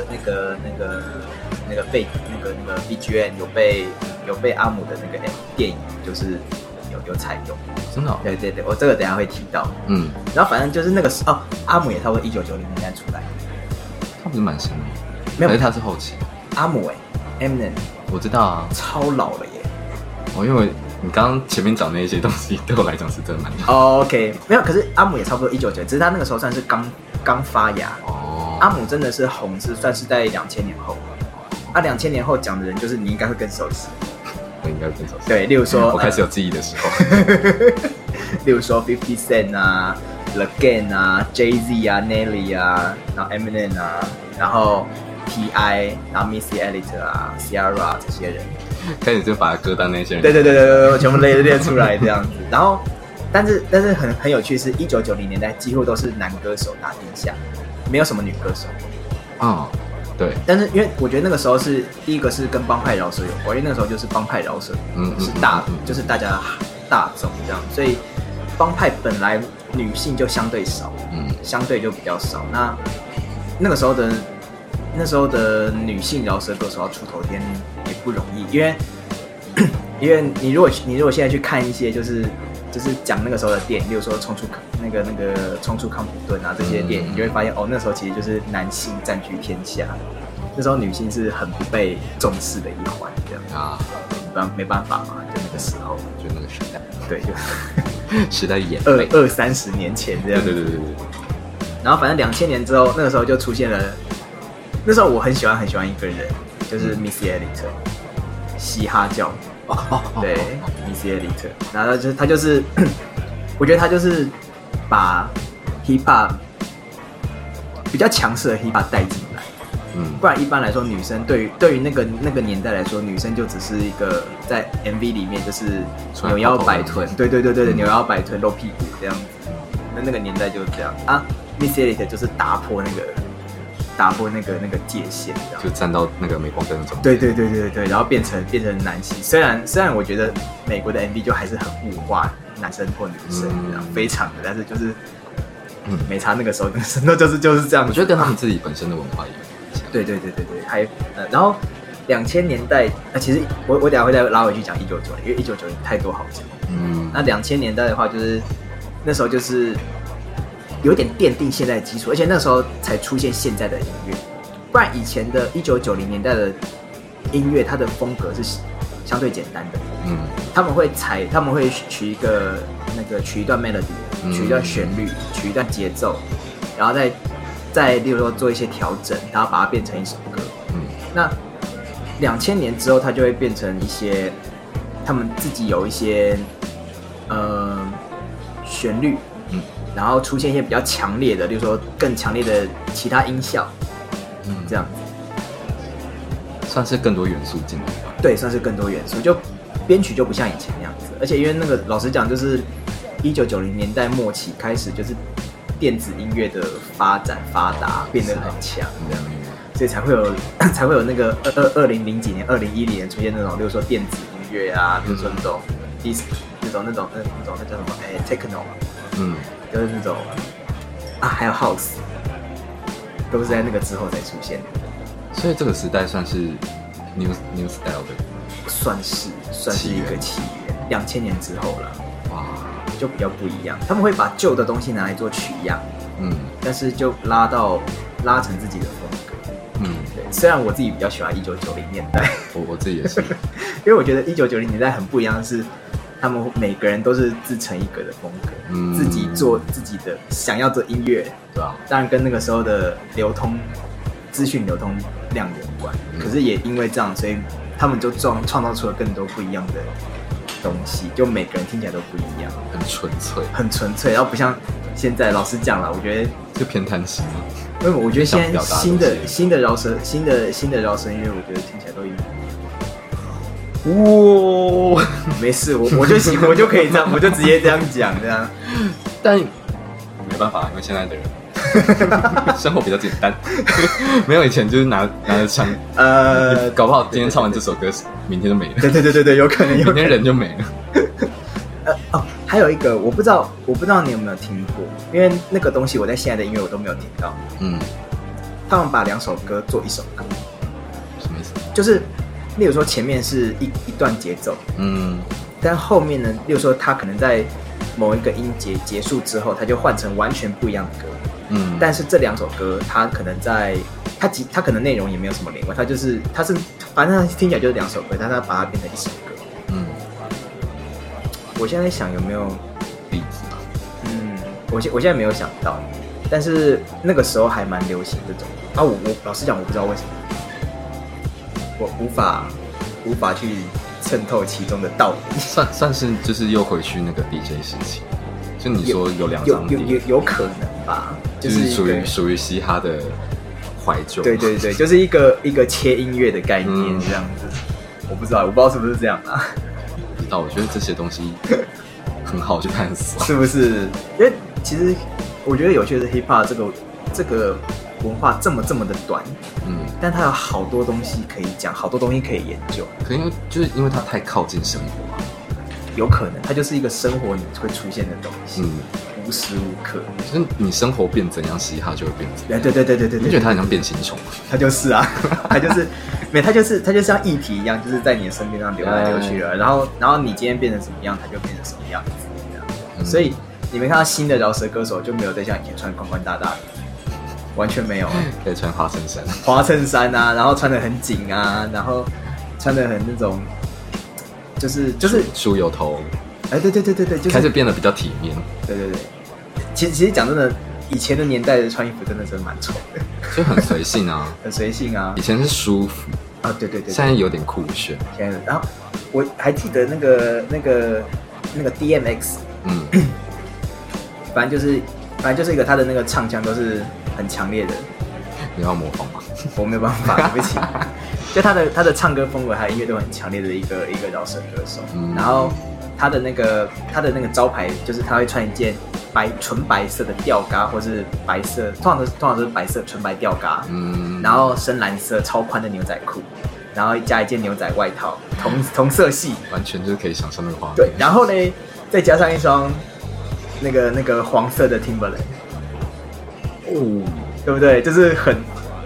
BGM 有被阿姆的那个电影就是有采用， 真的、哦？ 对对对，我这个等一下会提到。然后反正就是那个阿姆也差不多1990年代出来， 他不是蛮新的吗？ 没有， 还是他是后期。 阿姆Eminem， 我知道啊， 超老了耶。 因为你刚刚前面讲那些东西，对我来讲是真的蛮老。 OK， 没有，可是阿姆也差不多1990，只是他那个时候算是刚发芽。阿姆真的是红算是在2000年后。2000年后讲的人，就是你应该会更熟悉。 我应该更熟悉。 对，例如说， 我开始有记忆的时候。 例如说50 Cent 啊 ，The Game 啊 ，Jay-Z 啊 ，Nelly 啊，然后 Eminem 啊，然后 T.I， 然后 Missy Elliott 啊 ，Ciara 这些人。 开始就把歌单那些人。 对，全部列出来这样子。然后，但是很有趣是，1990年代几乎都是男歌手打天下，没有什么女歌手。 对， 但是因为我觉得那个时候是第一个是跟帮派饶舌有关，因为那个时候就是帮派饶舌，是就是大家大众这样，所以帮派本来女性就相对少，相对就比较少。那个时候的女性饶舌歌手要出头天也不容易，因为你如果现在去看一些就是讲那个时候的电影，例如说冲出康普顿啊这些电影，你就会发现那时候其实就是男性占据天下，那时候女性是很不被重视的一环，这样啊，没办法嘛，就那个时候， 就那个时代， 对，就时代眼泪20-30年前这样， 对。 然后反正2000年之后，那个时候就出现了，那时候我很喜欢一个人，就是 Missy Elliott， 嘻哈教。对 ，Missy Elliott， 然后他就是，我觉得他就是把 hip hop 比较强势的 hip hop 带进来，不然一般来说女生对于那个年代来说，女生就只是一个在 MV 里面就是扭腰摆臀，对，扭腰摆臀露屁股这样子，那个年代就是这样啊 ，Missy Elliott 就是打破那个界限， 就站到那个镁光灯的中间。对，然后变成男性。虽然我觉得美国的 MV 就还是很物化男生或女生，非常的，但是就是没差。那个时候就是这样。 我觉得跟他们自己本身的文化也有关系。 对，还然后2000年代其实我等一下会再拉回去讲1990，因为1990太多好讲。那2000年代的话，就是那时候就是有点奠定现在的基础，而且那时候才出现现在的音乐，不然以前的1990年代的音乐，它的风格是相对简单的。他们会取一段 melody， 取一段旋律，取一段节奏，然后再例如说做一些调整，然后把它变成一首歌。那2000年之后，它就会变成一些他们自己有一些旋律。然后出现一些比较强烈的，例如说更强烈的其他音效，这样子， 算是更多元素进来吧。 对，算是更多元素，就编曲就不像以前那样子，而且因为那个老实讲，就是1990年代末期开始，就是电子音乐的发达变得很强，这样，所以才会有那个2000几年、2010年出现那种，例如说电子音乐啊，比如说那种那种那叫什么techno，就是那种还有 house， 都是在那个之后才出现的。 所以这个时代算是 new style 的， 算是一个起源，2000年之后了，哇，就比较不一样。他们会把旧的东西拿来做取样，但是就拉成自己的风格，对。虽然我自己比较喜欢1990年代， 我自己也是， 因为我觉得1990年代很不一样的是，他们每个人都是自成一格的风格，自己做自己的想要做音乐，对吧？当然跟那个时候的资讯流通量有关，可是也因为这样，所以他们就创造出了更多不一样的东西，就每个人听起来都不一样，很纯粹，然后不像现在，老实讲了，我觉得就偏贪心嘛。 因为我觉得现在新的饶舌音乐，我觉得听起来都哇，没事，我就可以这样，我就直接这样讲这样。 但没办法，因为现在的人生活比较简单，没有以前就是拿着枪，搞不好今天唱完这首歌，明天就没了。 对，有可能， 明天人就没了。 还有一个我不知道你有没有听过，因为那个东西我在现在的音乐我都没有听到。他们把2首歌做1首歌， 什么意思？ 就是例如说前面是一段节奏，但后面呢，例如说他可能在某一个音节结束之后，他就换成完全不一样的歌，但是这2首歌他可能他可能内容也没有什么连贯，反正他听起来就是2首歌，但他把它变成1首歌。我现在想有没有例子啊？ 我现在没有想到，但是那个时候还蛮流行这种啊。我老实讲，我不知道为什么，我无法去衬透其中的道理。 算是就是又回去那个 DJ 时期，就你说有2张碟， 有可能吧？就是属于嘻哈的怀旧。 对，就是一个切音乐的概念这样子。我不知道是不是这样啊？ 我觉得这些东西很好去探索， 是不是？因为其实我觉得有趣的是 hip hop 这个文化这么的短，但它有好多东西可以讲，好多东西可以研究。 可因为它太靠近生活嘛， 有可能它就是一个生活你会出现的东西，无时无刻。 就是你生活变怎样，嘻哈就会变怎样。 对， 你觉得它很像变形虫？ 它就是啊，它就像议题一样，就是在你的身边上流来流去了。然后你今天变成什么样，它就变成什么样子这样。所以你们看到新的饶舌歌手就没有再像以前穿宽宽大大的，完全没有， 可以穿花衬衫啊，然后穿得很紧啊，然后穿得很那种，就是梳油头， 对，就是开始变得比较体面。 对，其实讲真的，以前的年代的穿衣服真的是蛮丑的， 就很随性啊， 很随性啊。 以前是舒服啊，对， 现在有点酷炫。 然后我还记得那个 DMX，反正就是一个他的那个唱腔都是很强烈的。 你要模仿吗？ 我没有办法，对不起。就他的唱歌风格还有音乐都很强烈的一个饶舌歌手。然后他的那个招牌就是他会穿一件纯白色的吊嘎，或是白色，通常是白色纯白吊嘎，然后深蓝色超宽的牛仔裤，然后加一件牛仔外套，同色系， 完全就是可以想象那个画面。 对，然后呢，再加上一双那个黄色的 Timberland， 对不对？就是很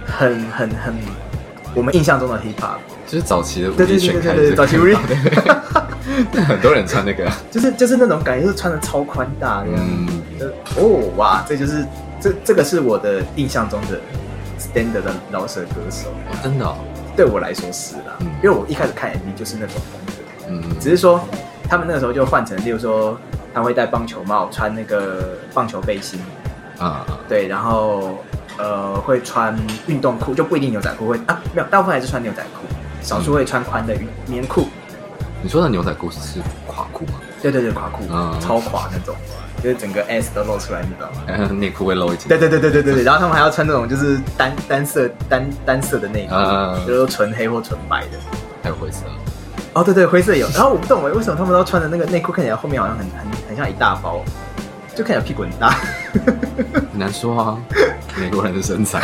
我们印象中的 hip hop， 就是早期的无力全开，对， 早期无力， 很多人穿那个， 就是那种感觉，就是穿的超宽大的，哇，这个是我的印象中的 standard 的饶舌歌手， 真的， 对我来说是啦，因为我一开始看 MV 就是那种风格，只是说他们那个时候就换成，例如说他会戴棒球帽，穿那个棒球背心对，然后会穿运动裤，就不一定牛仔裤会没有，大部分还是穿牛仔裤，少数会穿宽的棉裤。 你说的牛仔裤是垮裤吗？ 对，垮裤，超垮那种，就是整个 S 都露出来那种。 内裤会露一截。 对，然后他们还要穿那种就是单色的内裤，就是纯黑或纯白的， 还有灰色。 对，灰色有。然后我不懂为什么他们都穿的那个内裤看起来后面好像很像一大包，就看起来屁股很大。 很难说啊，美国人的身材。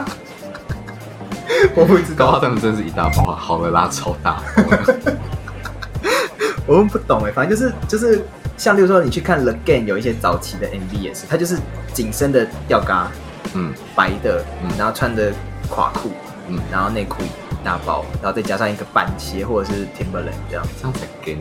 我不知道， 他们真的是一大包，好的拉超大。 我们不懂反正就是像例如说你去看 The Game 有一些早期的 MV 也是，他就是紧身的吊嘎，白的，然后穿的垮裤， 然后内裤一大包，然后再加上一个板鞋或者是 Timberland 这样才跟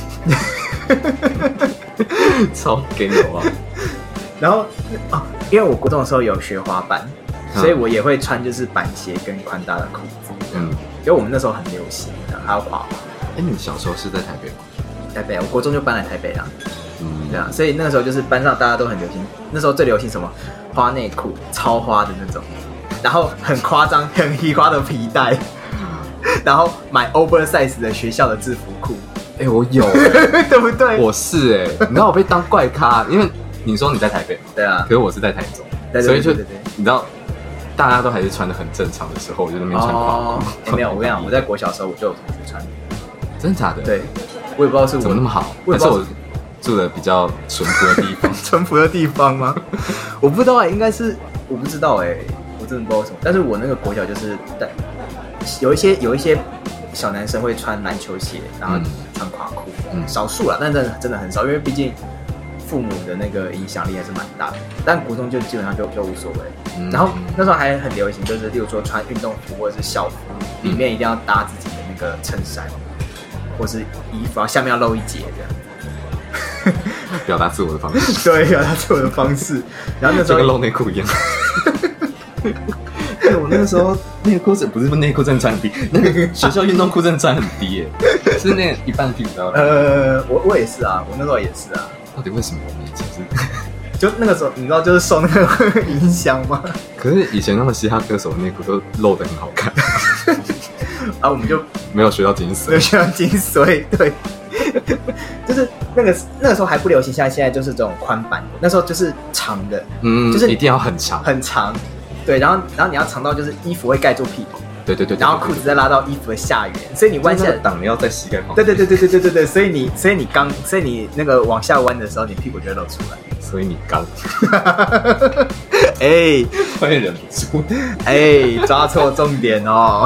超跟的哇。 然后因为我国中的时候有学滑板，所以我也会穿就是板鞋跟宽大的裤子。因为我们那时候很流行的，还有滑滑。 你小时候是在台北吗？ 台北，我国中就搬来台北了。对啊，所以那个时候就是班上大家都很流行，那时候最流行什么花内裤，超花的那种，然后很夸张、很奇花的皮带，然后买 oversize 的学校的制服裤。 我有对不对？ 我是你知道我被当怪咖，因为你说你在台北嘛， 对啊， 可是我是在台中，所以就你知道大家都还是穿得很正常的时候，我就在那边穿垮裤。 没有，我跟你讲，我在国小的时候我就有同学穿， 真的假的？ 对，我也不知道是我怎么那么好，但是我住的比较淳朴的地方。 淳朴的地方吗？我不知道应该是我不知道我真的不知道为什么。但是我那个国小就是有一些小男生会穿篮球鞋，然后穿垮裤，少数啦，但真的很少，因为毕竟父母的那个影响力还是蛮大的。但国中就基本上就无所谓。然后那时候还很流行，就是例如说穿运动服或者是校服，里面一定要搭自己的那个衬衫或是衣服，然后下面要露一截这样。 表达自我的方式， 对，表达自我的方式。然后那时候就跟露内裤一样。对，我那个时候内裤不是内裤真的穿很低，那个学校运动裤真的穿很低耶，是那一半的屁股都要。 我也是啊，我那时候也是啊。 到底为什么我们以前是？ 就那个时候，你知道就是受那个影响吗？ 可是以前那么嘻哈歌手的内裤都露得很好看。 我们就没有学到精髓， 没有学到精髓，对。就是那个时候还不流行，像现在就是这种宽版的，那时候就是长的，就是一定要很长， 很长，对，然后你要长到就是衣服会盖住屁股， 对， 然后裤子再拉到衣服的下缘，所以你弯下来档要在膝盖旁边，对，所以你那个往下弯的时候，你屁股就会露出来， 所以你刚，会忍不住， 抓错重点哦，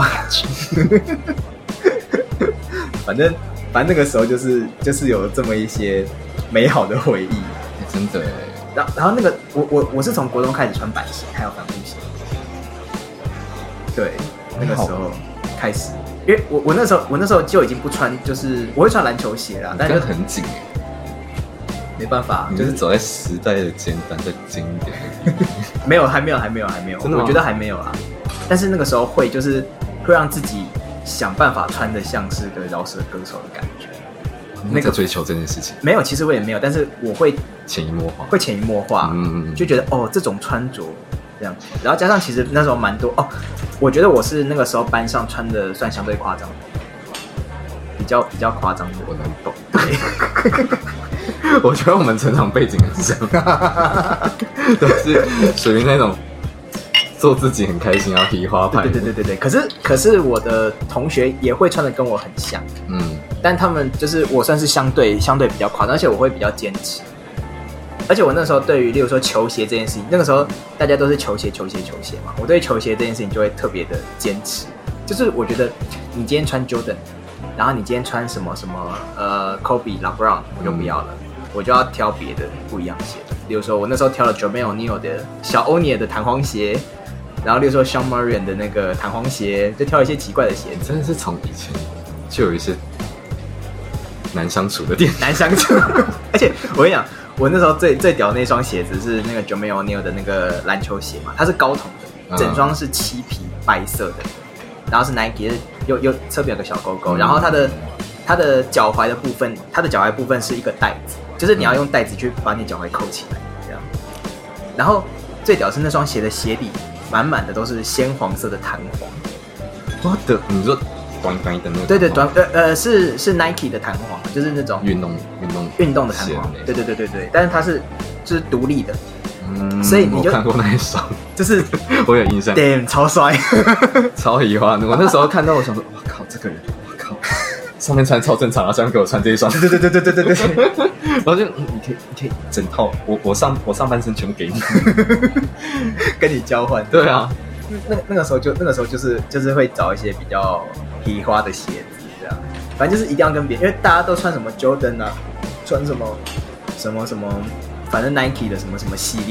反正那个时候就是有这么一些美好的回忆， 真的。 然后那个我是从国中开始穿板鞋，还有帆布鞋。对，那个时候开始，因为我那时候就已经不穿，就是我会穿篮球鞋啦，但是很紧没办法， 就是走在时代的尖端，再紧一点。 没有，还没有，我觉得还没有啦。但是那个时候会让自己想办法穿得像是个饶舌歌手的感觉。 那个追求这件事情没有，其实我也没有，但是我会潜移默化， 就觉得这种穿着这样，然后加上其实那时候蛮多我觉得我是那个时候班上穿的算相对夸张的，比较夸张的， 我能懂。对，我觉得我们成长背景很像，都是属于那种做自己很开心，然后提花派。 对。可是我的同学也会穿的跟我很像，但他们就是我算是相对比较夸张，而且我会比较坚持。而且我那时候对于例如说球鞋这件事情，那个时候大家都是球鞋嘛，我对球鞋这件事情就会特别的坚持。就是我觉得你今天穿 Jordan， 然后你今天穿什么Kobe、LeBron， 我就不要了，我就要挑别的不一样的鞋。例如说我那时候挑了 Jermaine O'Neal 的小欧尼尔的弹簧鞋，然后例如说 Sean Marion 的那个弹簧鞋，就挑一些奇怪的鞋子。 真的是从以前就有一些难相处的点， 难相处。而且我跟你讲，我那时候最屌的那双鞋子是那个 Jermaine O'Neal 的那个篮球鞋嘛，它是高筒的，整双是漆皮白色的，然后是 Nike， 又侧边有个小勾勾，然后它的脚踝的部分是一个带子，就是你要用带子去把你脚踝扣起来这样。然后最屌是那双鞋的鞋底满满的都是鲜黄色的弹簧。 我的，你说短的那个？ 对，是 Nike 的弹簧，就是那种运动的弹簧。对，但是它就是独立的。所以你就我看过那一双， 就是我有印象 ，damn 超帅， 超喜欢。我那时候看到，我想说，哇靠，这个人，哇靠，上面穿超正常，然后下面给我穿这一双， 对， 然后就你可以整套，我上半身全部给你， 跟你交换。对啊，那个时候就是会找一些比较皮花的鞋子，这样，反正就是一定要跟别人，因为大家都穿什么 Jordan 啊，穿什么，反正 Nike 的什么系列，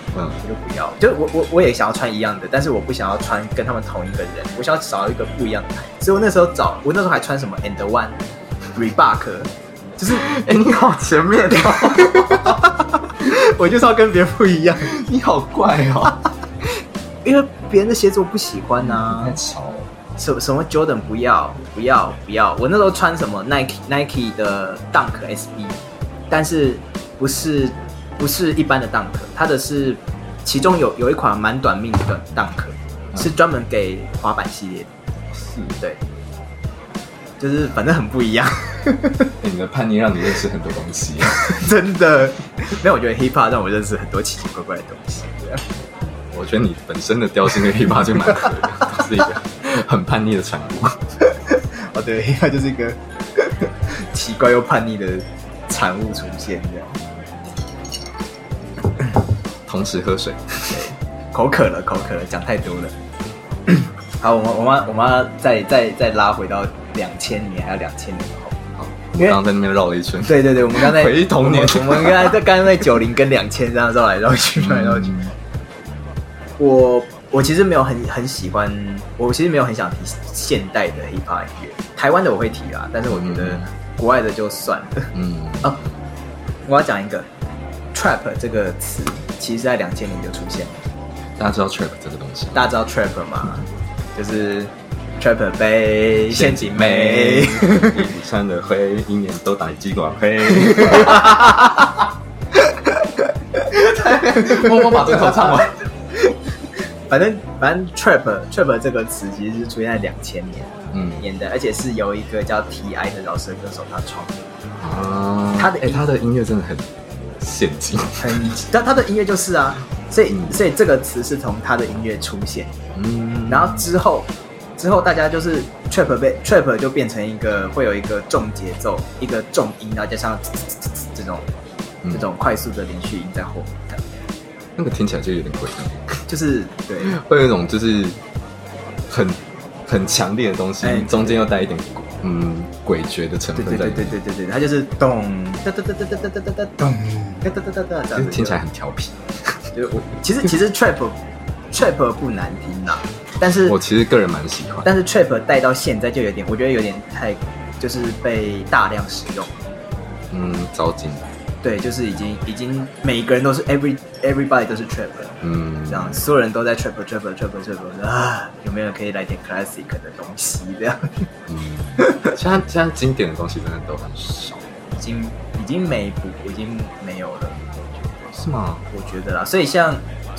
我就不要。就我也想要穿一样的，但是我不想要穿跟他们同一个人，我想要找一个不一样的牌。所以我那时候还穿什么 And One、Reebok， 就是你好前面哦， 我就是要跟别人不一样。 你好怪哦， 因为别人的鞋子我不喜欢啊， 太潮了。 什么 Jordan 不要，我那时候穿什么 Nike 的 Dunk SB， 但是不是一般的 Dunk， 它的是其中有一款蛮短命的 Dunk， 是专门给滑板系列的，是对，就是反正很不一样。 你的叛逆让你认识很多东西， 真的。没有，我觉得 Hip Hop 让我认识很多奇奇怪怪的东西。 我觉得你本身的调性跟 Hip Hop 就蛮合的，都是一个很叛逆的产物。 哦，对， Hip Hop 就是一个奇怪又叛逆的产物出现，这样。 同时喝水， 对，口渴了，讲太多了。好，我们要再拉回到2000年，还有2000年后。 我们刚刚在那边绕了一圈。 对，我们刚才回忆童年。 我们刚才在90跟2000这样绕来绕去。我其实没有很喜欢，我其实没有很想提现代的 hip hop 音乐，台湾的我会提啦，但是我觉得国外的就算了。我要讲一个 trap 这个词，其实在2000年就出现了。 大家知道 trap 这个东西？ 大家知道 trap 吗？就是 trap 杯陷阱妹， 衣服穿的灰，一年都打鸡爪灰。我把这首唱完。 反正 trap 这个词其实是出现在2000年代，而且是由一个叫 T.I 的饶舌歌手他创的。 他的音乐真的很陷阱， 他的音乐就是啊，所以这个词是从他的音乐出现，然后之后大家就是 trap 就变成会有一个重节奏，一个重音，然后加上这种快速的连续音在后面。 那个听起来就有点诡异， 就是对， 会有一种就是很强烈的东西，中间又带一点诡谲的成分在里面。 对，它就是咚哒哒哒哒哒哒哒哒咚哒哒哒哒哒， 听起来很调皮。 其实 trap 不难听啦，但是我其实个人蛮喜欢。 但是 trap 带到现在就我觉得有点太就是被大量使用， 糟心。 对，就是已经每一个人都是 everybody 都是 trap， 这样所有人都在 trap 啊，有没有人可以来点 classic 的东西这样？ 现在经典的东西真的都很少， 已经没有了， 是吗？ 我觉得啦，所以像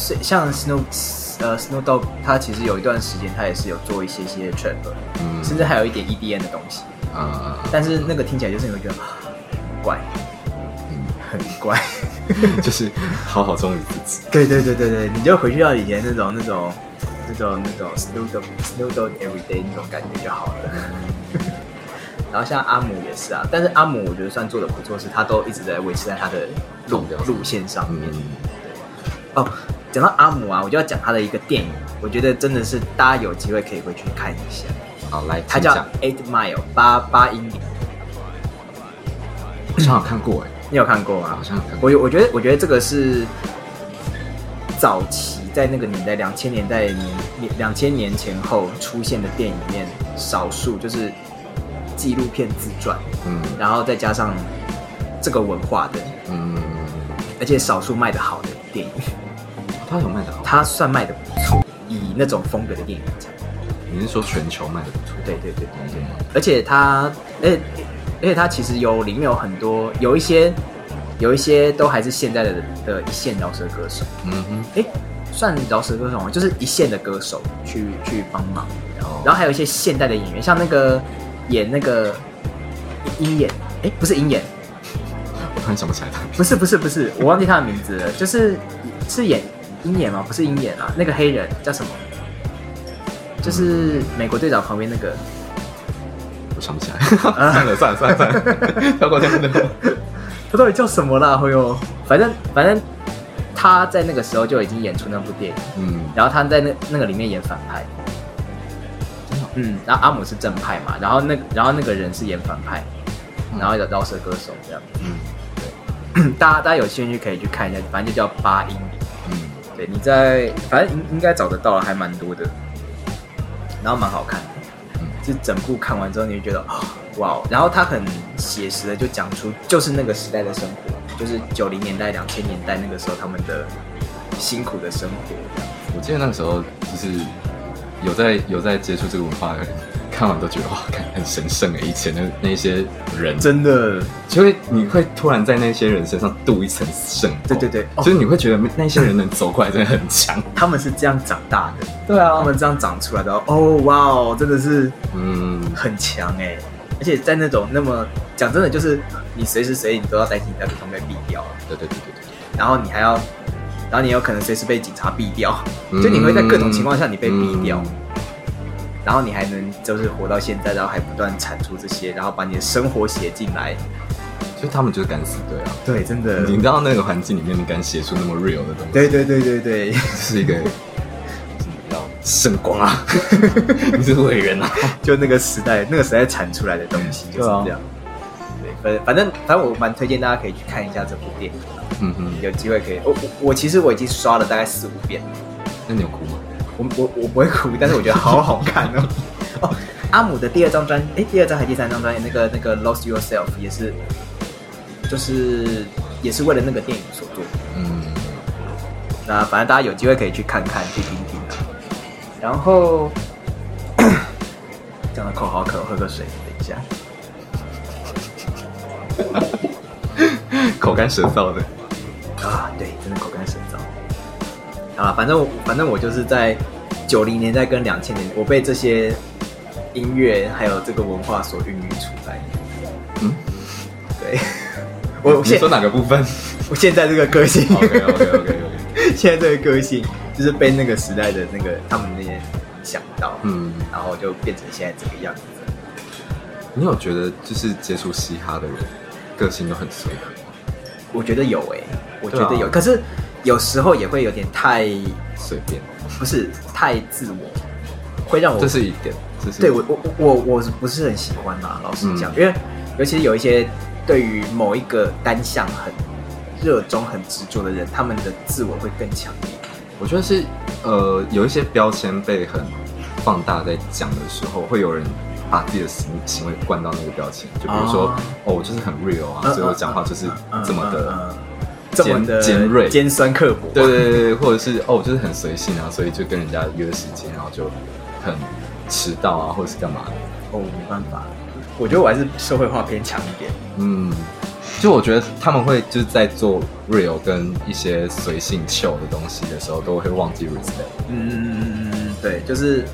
Snoop Dogg， 他其实有一段时间他也是有做一些 trap，甚至还有一点 EDM 的东西，但是那个听起来就是你会觉得怪。很怪， 就是好好忠于自己。 对，你就回去到以前那种 Snoop Dogg Everyday 那种感觉就好了。然后像阿姆也是啊，但是阿姆我觉得算做的不错，是他都一直在维持在他的路线上面。讲到阿姆啊，我就要讲他的一个电影，我觉得真的是大家有机会可以回去看一下。 好，来， 它叫 8 Mile 8英里。 我好像有看过你有看过吗？ 好像有看过。 我觉得这个是早期在那个年代2000年代2000年前后出现的电影里面少数就是纪录片自传，然后再加上这个文化的，而且少数卖得好的电影。 他有卖得好？ 他算卖得不错，以那种风格的电影来讲。 你是说全球卖得不错？ 对，而且它其实里面有很多，有一些都还是现在的一线饶舌歌手，算饶舌歌手吗？就是一线的歌手去帮忙，然后还有一些现代的演员，像那个演那个鹰眼，不是鹰眼， 我突然想不起来他， 不是，我忘记他的名字了，是演鹰眼吗？不是鹰眼啊，那个黑人叫什么？就是美国队长旁边那个。 想不起来，算了，跳过。 他到底叫什么啦？反正他在那个时候就已经演出那部电影，然后他在那个里面演反派，然后阿姆是正派嘛，然后那个人是演反派，然后饶舌歌手这样，对，大家有兴趣可以去看一下，反正就叫8英里， 对，你在反正应该找得到了，还蛮多的，然后蛮好看的。就整部看完之后，你会觉得哇，然后他很写实的就讲出就是那个时代的生活，就是90年代、2000年代那个时候他们的辛苦的生活。 我记得那个时候就是有在接触这个文化的人，看完都觉得哇，很神圣以前的那些人， 真的， 你会突然在那些人身上镀一层圣光。 对， 就是你会觉得那些人能走过来真的很强。 他们是这样长大的， 对啊， 他们这样长出来的，哇哦，真的是很强哎。而且在那种那么讲真的，就是你随时随地你都要担心你在路上被毙掉。 对。 然后你有可能随时被警察毙掉，就你会在各种情况下你被毙掉，然后你还能就是活到现在，然后还不断产出这些，然后把你的生活写进来。 就他们就是敢死队啊！ 对，真的。 你知道那个环境里面，你敢写出那么 real 的东西？ 对， 是一个圣光啊！你是伟人啊！ 就那个时代产出来的东西就是这样。对，反正我蛮推荐大家可以去看一下这部电影。有机会可以。我其实我已经刷了大概4-5遍了。 那你有哭吗？ 我不会哭，但是我觉得好好看哦。阿姆的第二张还是第3张专辑，那个 Lost Yourself 也是为了那个电影所做。那反正大家有机会可以去看看，去听听。然后讲的口好渴，喝个水，等一下。 口干舌燥的啊，对，真的口干舌燥。好了，反正我就是在90年代跟2000年，我被这些音乐还有这个文化所孕育出来。对。 你说哪个部分？ 我现在这个个性。 OK。 现在这个个性就是被那个时代的那个他们那些想到，然后就变成现在这个样子。 你有觉得就是接触嘻哈的人个性都很随和吗？ 我觉得有我觉得有，可是有时候也会有点太随便， 不是太自我，会让我这是一点， 对我不是很喜欢啦，老实讲，因为尤其是有一些对于某一个单项很热衷、很执着的人，他们的自我会更强烈。 我觉得是有一些标签被很放大，在讲的时候，会有人把自己的行为灌到那个标签，就比如说我就是很 real 啊，所以我讲话就是这么的尖锐、 尖酸刻薄。 对，或者是我就是很随性啊，所以就跟人家约时间，然后就很迟到啊，或者是干嘛的。 没办法，我觉得我还是社会化偏强一点。 就我觉得他们会就是在做 real 跟一些随性 chill 的东西的时候，都会忘记 respect。 对，就是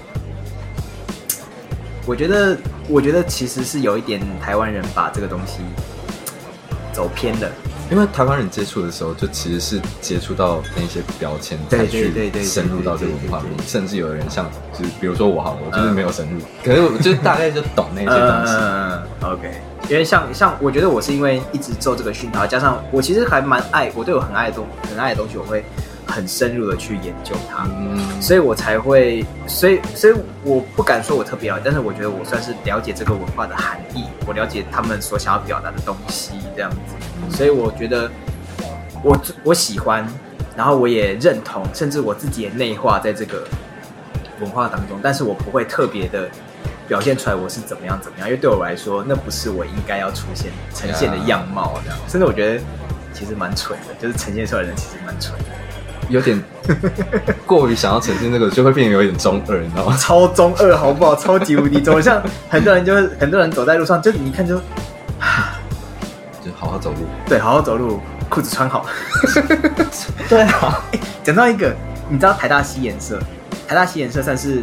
我觉得其实是有一点台湾人把这个东西走偏了。 因为台湾人接触的时候，就其实是接触到那些标签，才去深入到这个文化里面。甚至有的人像，就是比如说我好了，我就是没有深入，可是我就大概就懂那些东西。 OK， 因为像我觉得我是因为一直受这个熏陶，加上我其实还蛮爱，我对我很爱的东西，我会很深入的去研究它，所以我才会，所以我不敢说我特别了解，但是我觉得我算是了解这个文化的含义，我了解他们所想要表达的东西这样子。所以我觉得我喜欢，然后我也认同，甚至我自己也内化在这个文化当中，但是我不会特别的表现出来我是怎么样，因为对我来说那不是我应该要呈现的样貌这样。甚至我觉得其实蛮蠢的，就是呈现出来的人其实蛮蠢的， 有点过于想要呈现那个，就会变得有点中二，你知道吗？ 超中二好不好？超级无敌中二，像很多人走在路上，就你一看就好好走路， 对，好好走路，裤子穿好。对啊，讲到一个，你知道台大西研社算是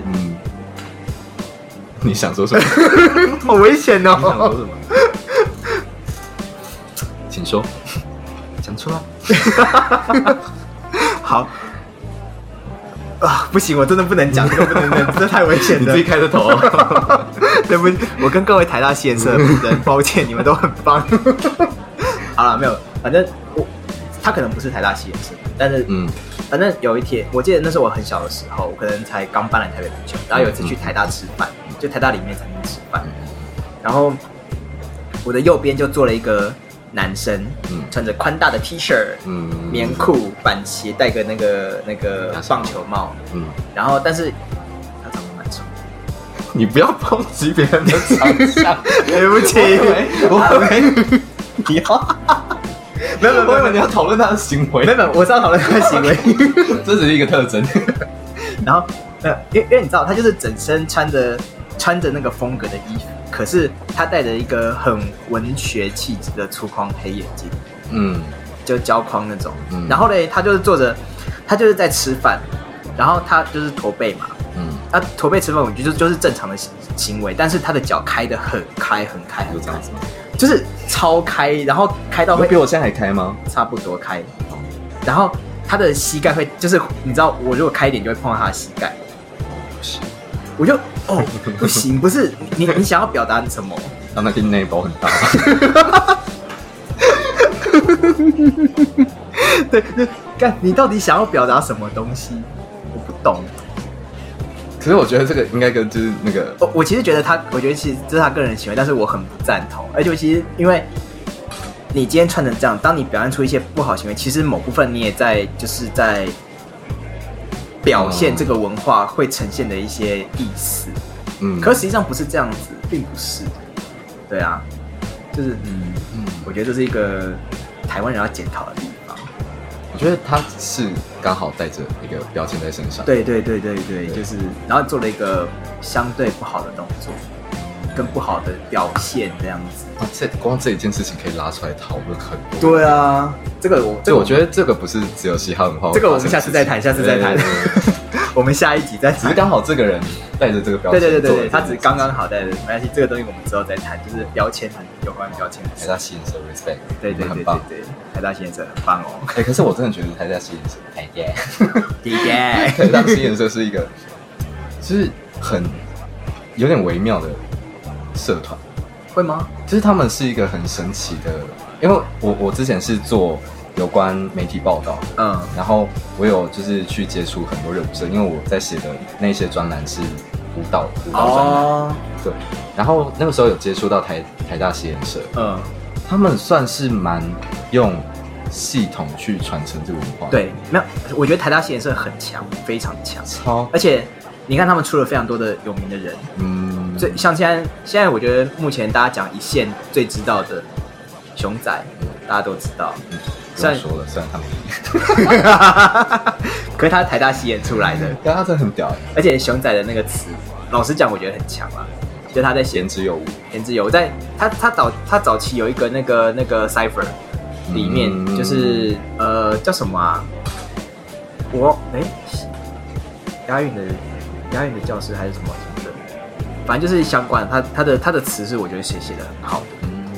你想说什么？ 好危险哦！ 你想说什么？请说，讲出来。 好啊，不行，我真的不能讲，这个不能讲，这太危险了。 你自己开的头。 对不起，我跟各位台大西研社的人抱歉，你们都很棒。好了，没有，反正他可能不是台大西研社，但是反正有一天，我记得那是我很小的时候，我可能才刚搬来台北不久，然后有一次去台大吃饭，就台大里面餐厅吃饭，然后我的右边就坐了一个男生，穿着宽大的 T 恤，棉裤、板鞋，戴个那个棒球帽，然后但是他长得蛮丑。 你不要抨击别人的长相， 对不起， 你要。没有，我以为你要讨论他的行为。 没有，我是要讨论他的行为， 这只是一个特征。 然后，因为你知道，他就是整身穿着那个风格的衣服，可是他戴着一个很文学气质的粗框黑眼镜，就胶框那种。然后嘞，他就是坐着，他就是在吃饭，然后他就是驼背嘛，他驼背吃饭，我觉得就是正常的行为，但是他的脚开得很开，就这样子。就是超开，然后开到会比我现在还开吗？ 差不多开，然后他的膝盖会，就是你知道，我如果开一点就会碰到他的膝盖， 不行， 我就不行，不是你想要表达什么？ 他那边内包很大， 对，干你到底想要表达什么东西？我不懂。 可是我觉得这个应该跟就是那个， 我其实觉得我觉得其实这是他个人的行为，但是我很不赞同。而且其实因为你今天穿成这样，当你表现出一些不好行为，其实某部分你也就是在表现这个文化会呈现的一些意思。可实际上不是这样子，并不是。对啊，就是我觉得这是一个台湾人要检讨的地方。 我觉得他是刚好带着一个标签在身上， 对，就是然后做了一个相对不好的动作，跟不好的表现这样子。 光这一件事情可以拉出来讨论很多。 对啊，我觉得这个不是只有嘻哈文化， 这个我们下次再谈，我们下一集再谈。 只是刚好这个人带着这个标签， 对，他只是刚刚好带着，没关系，这个东西我们之后再谈，就是标签有关标签。 台大西颜色 respect， 对， 很棒， 台大西颜色很棒哦。 可是我真的觉得台大西颜色， 台大西颜色是一个，就是很有点微妙的社团， 会吗？ 就是他们是一个很神奇的，因为我之前是做有关媒体报道，然后我有就是去接触很多热舞社，因为我在写的那些专栏是舞蹈专栏，对，然后那个时候有接触到台大西颜社，他们算是蛮用系统去传承这个文化， 对，没有，我觉得台大西颜社很强，非常强，而且你看他们出了非常多的有名的人，所以像现在我觉得目前大家讲一线最知道的熊仔，大家都知道。 虽然说了，虽然他们， 可是他是台大西演出来的， 但他真的很屌， 而且熊仔的那个词，老实讲，我觉得很强啊。就是他在写言之有物， 在他早期有一个那个 cipher 里面，就是叫什么啊？押韵的教师还是什么的，反正就是相关的。他的词是我觉得写的很好的。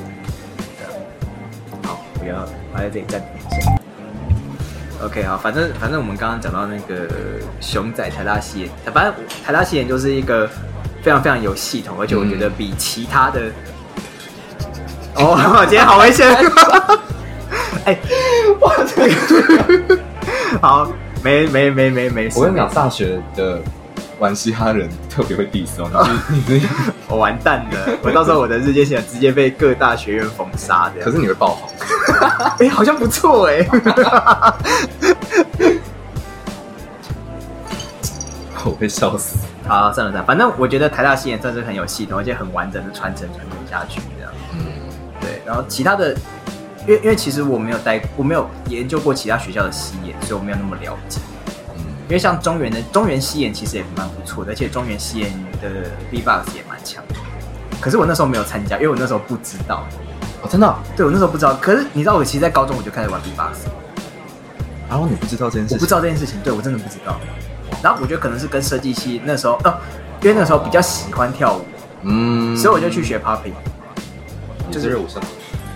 好，我在这里暂停一下。OK， 好，反正我们刚刚讲到那个熊仔台大西演，反正台大西演就是一个非常非常有系统，而且我觉得比其他的今天好危险！哇，这个好，没事。 我跟你讲，大学的玩嘻哈人特别会 diss 哦，你我完蛋了，我到时候我的日间系直接被各大学院封杀的。 可是你会爆红， 好像不错我会笑死。 好，算了，反正我觉得台大西演算是很有系统，而且很完整的传承下去这样。对，然后其他的，因为其实我没有研究过其他学校的西演，所以我没有那么了解。因为像中原西演其实也蛮不错的，而且中原西演的 B-box 也蛮强的。可是我那时候没有参加，因为我那时候不知道。 真的？ 对，我那时候不知道。可是你知道，我其实在高中我就开始玩 B-box。 然后你不知道这件事情？ 我不知道这件事情，对，我真的不知道。然后我觉得可能是跟设计系那时候，因为那时候比较喜欢跳舞，所以我就去学 popping。 就是热舞社。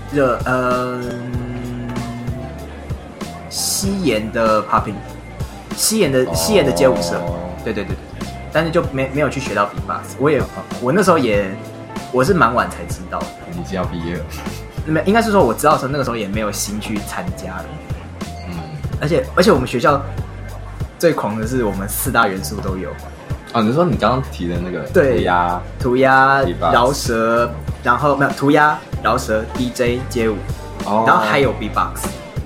西研的 popping。西研的街舞社，对，但是就没有去学到 B-box。我那时候我是蛮晚才知道的。 你已经要毕业了？ 应该是说我知道的时候，那个时候也没有心去参加了。而且我们学校最狂的是我们4大元素都有。 你是说你刚刚提的那个涂鸦、饶舌，然后没有涂鸦、饶舌、DJ、街舞， 然后还有 B-box，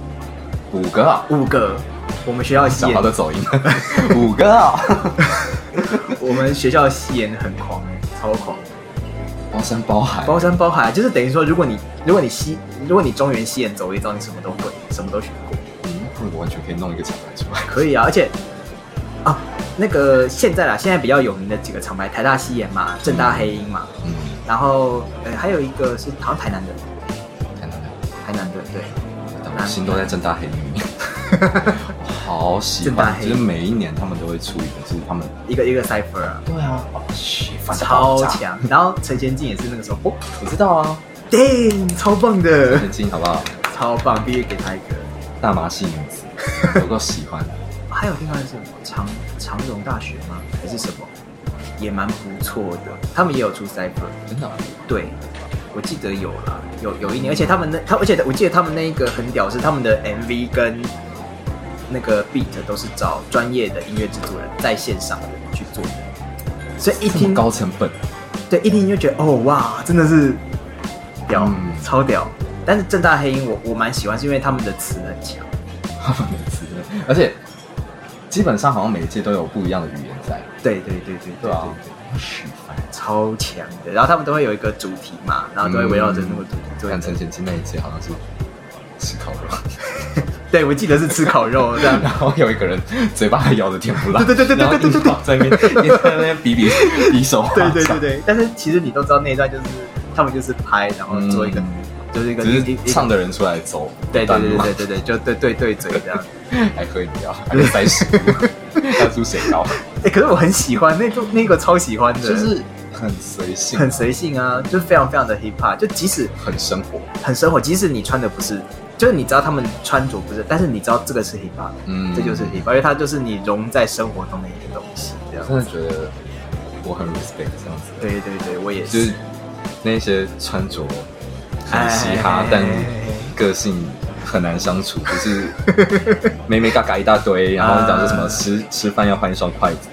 5个啊 ，5个。我们学校吸烟的走音，5个啊。 我们学校吸烟很狂，超狂， 包山包海， 就是等于说，如果你中原吸烟走一遭，你什么都会，什么都学过。 我完全可以弄一个厂牌出来。 可以啊，而且啊，那个现在比较有名的几个厂牌，台大吸烟嘛，政大黑鹰嘛，然后还有一个是好像台南的，对， 我心都在政大黑鹰里面。好喜欢，就是每一年他们都会出一个，就是他们一个 cipher 啊。 对啊， 超强。然后陈贤进也是那个时候， 我知道啊 ，Damn， 超棒的。 陈贤进好不好？ 超棒，必须给他一个大麻系女子，有够喜欢。 还有另外是什么长荣大学吗？还是什么？也蛮不错的，他们也有出 cipher， 真的？ 对。我记得有啦，有一年，而且而且我记得他们那一个很屌，是他们的 MV 跟那个 beat 都是找专业的音乐制作人在线上的去做的，所以一听高成本， 对，一听就觉得哦哇，真的是屌，超屌。但是政大黑鹰我蛮喜欢，是因为他们的词很强， 而且基本上好像每一届都有不一样的语言在， 对啊。超强的，然后他们都会有一个主题嘛，然后都会围绕着那个主题做。 看陈贤进那一届好像是吃烤肉， 对，我记得是吃烤肉这样， 然后有一个人嘴巴还咬着甜不辣， 对， 在那边比手， 对。但是其实你都知道那一段就是他们就是拍，然后做一个就是一个只是唱的人出来走， 对，就对嘴这样， 还喝饮料，还塞食物，要出水糕。 可是我很喜欢那个超喜欢的， 就是很随性啊，就是非常非常的 hip hop， 就即使很生活， 即使你穿的不是，就是你知道他们穿着不是，但是你知道这个是 hip hop， 这就是 hip hop， 因为它就是你融在生活中的一个东西。这样， 真的觉得我很 respect 这样子。 对，我也是。 就是那些穿着很嘻哈，但个性很难相处，就是妹妹嘎嘎一大堆，然后讲说什么吃饭要换一双筷子。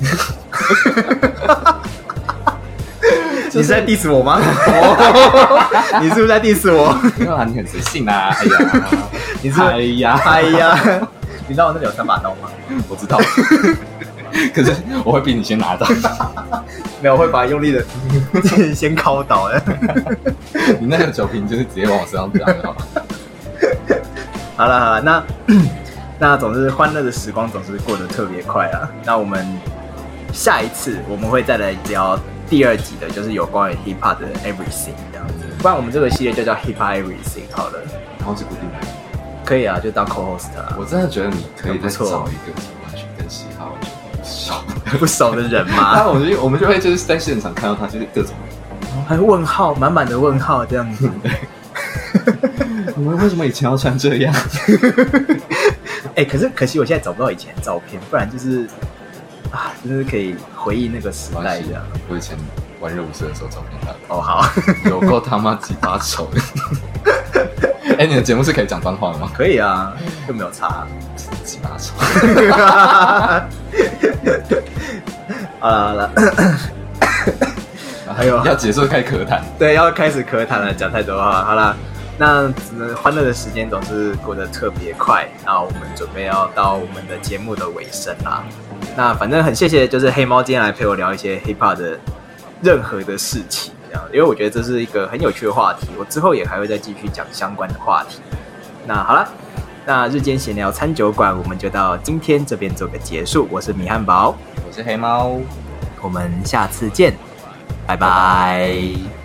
你是在 diss 我吗？你是不是在 diss 我？ 没有啊，你很随性啊！哎呀， 你是哎呀，你知道我那里有3把刀吗？ 我知道，可是我会比你先拿到。 没有，我会把它用力的先敲倒的。 你那个酒瓶就是直接往我身上砸就好了。 好了，那总之欢乐的时光总是过得特别快啊。那我们下一次我们会再来聊第2集的，就是有关于 hip hop 的 everything 这样子。不然我们这个系列就叫 hip hop everything 好了。 然后是固定的， 可以啊，就当 co-host 啊。 我真的觉得你可以再找一个完全跟嘻哈完全不熟的人嘛。 那我们就会就是在现场看到他就是各种， 还有问号，满满的问号这样子。 你们为什么以前要穿这样？ 可惜我现在找不到以前的照片，不然就是就是可以回忆那个时代这样。 我以前玩热舞社的时候照片看到。 哦，好， 有够他妈鸡巴丑的。你的节目是可以讲脏话的吗？ 可以啊，又没有差。 鸡巴丑。 好了。还有要结束开始咳痰， 对，要开始咳痰了，讲太多话。好了，那欢乐的时间总是过得特别快，那我们准备要到我们的节目的尾声啦。那反正很谢谢，就是黑猫今天来陪我聊一些 hip hop 的任何的事情，这样，因为我觉得这是一个很有趣的话题，我之后也还会再继续讲相关的话题。那好了，那日间闲聊餐酒馆我们就到今天这边做个结束。我是米汉堡， 我是黑猫， 我们下次见。拜拜。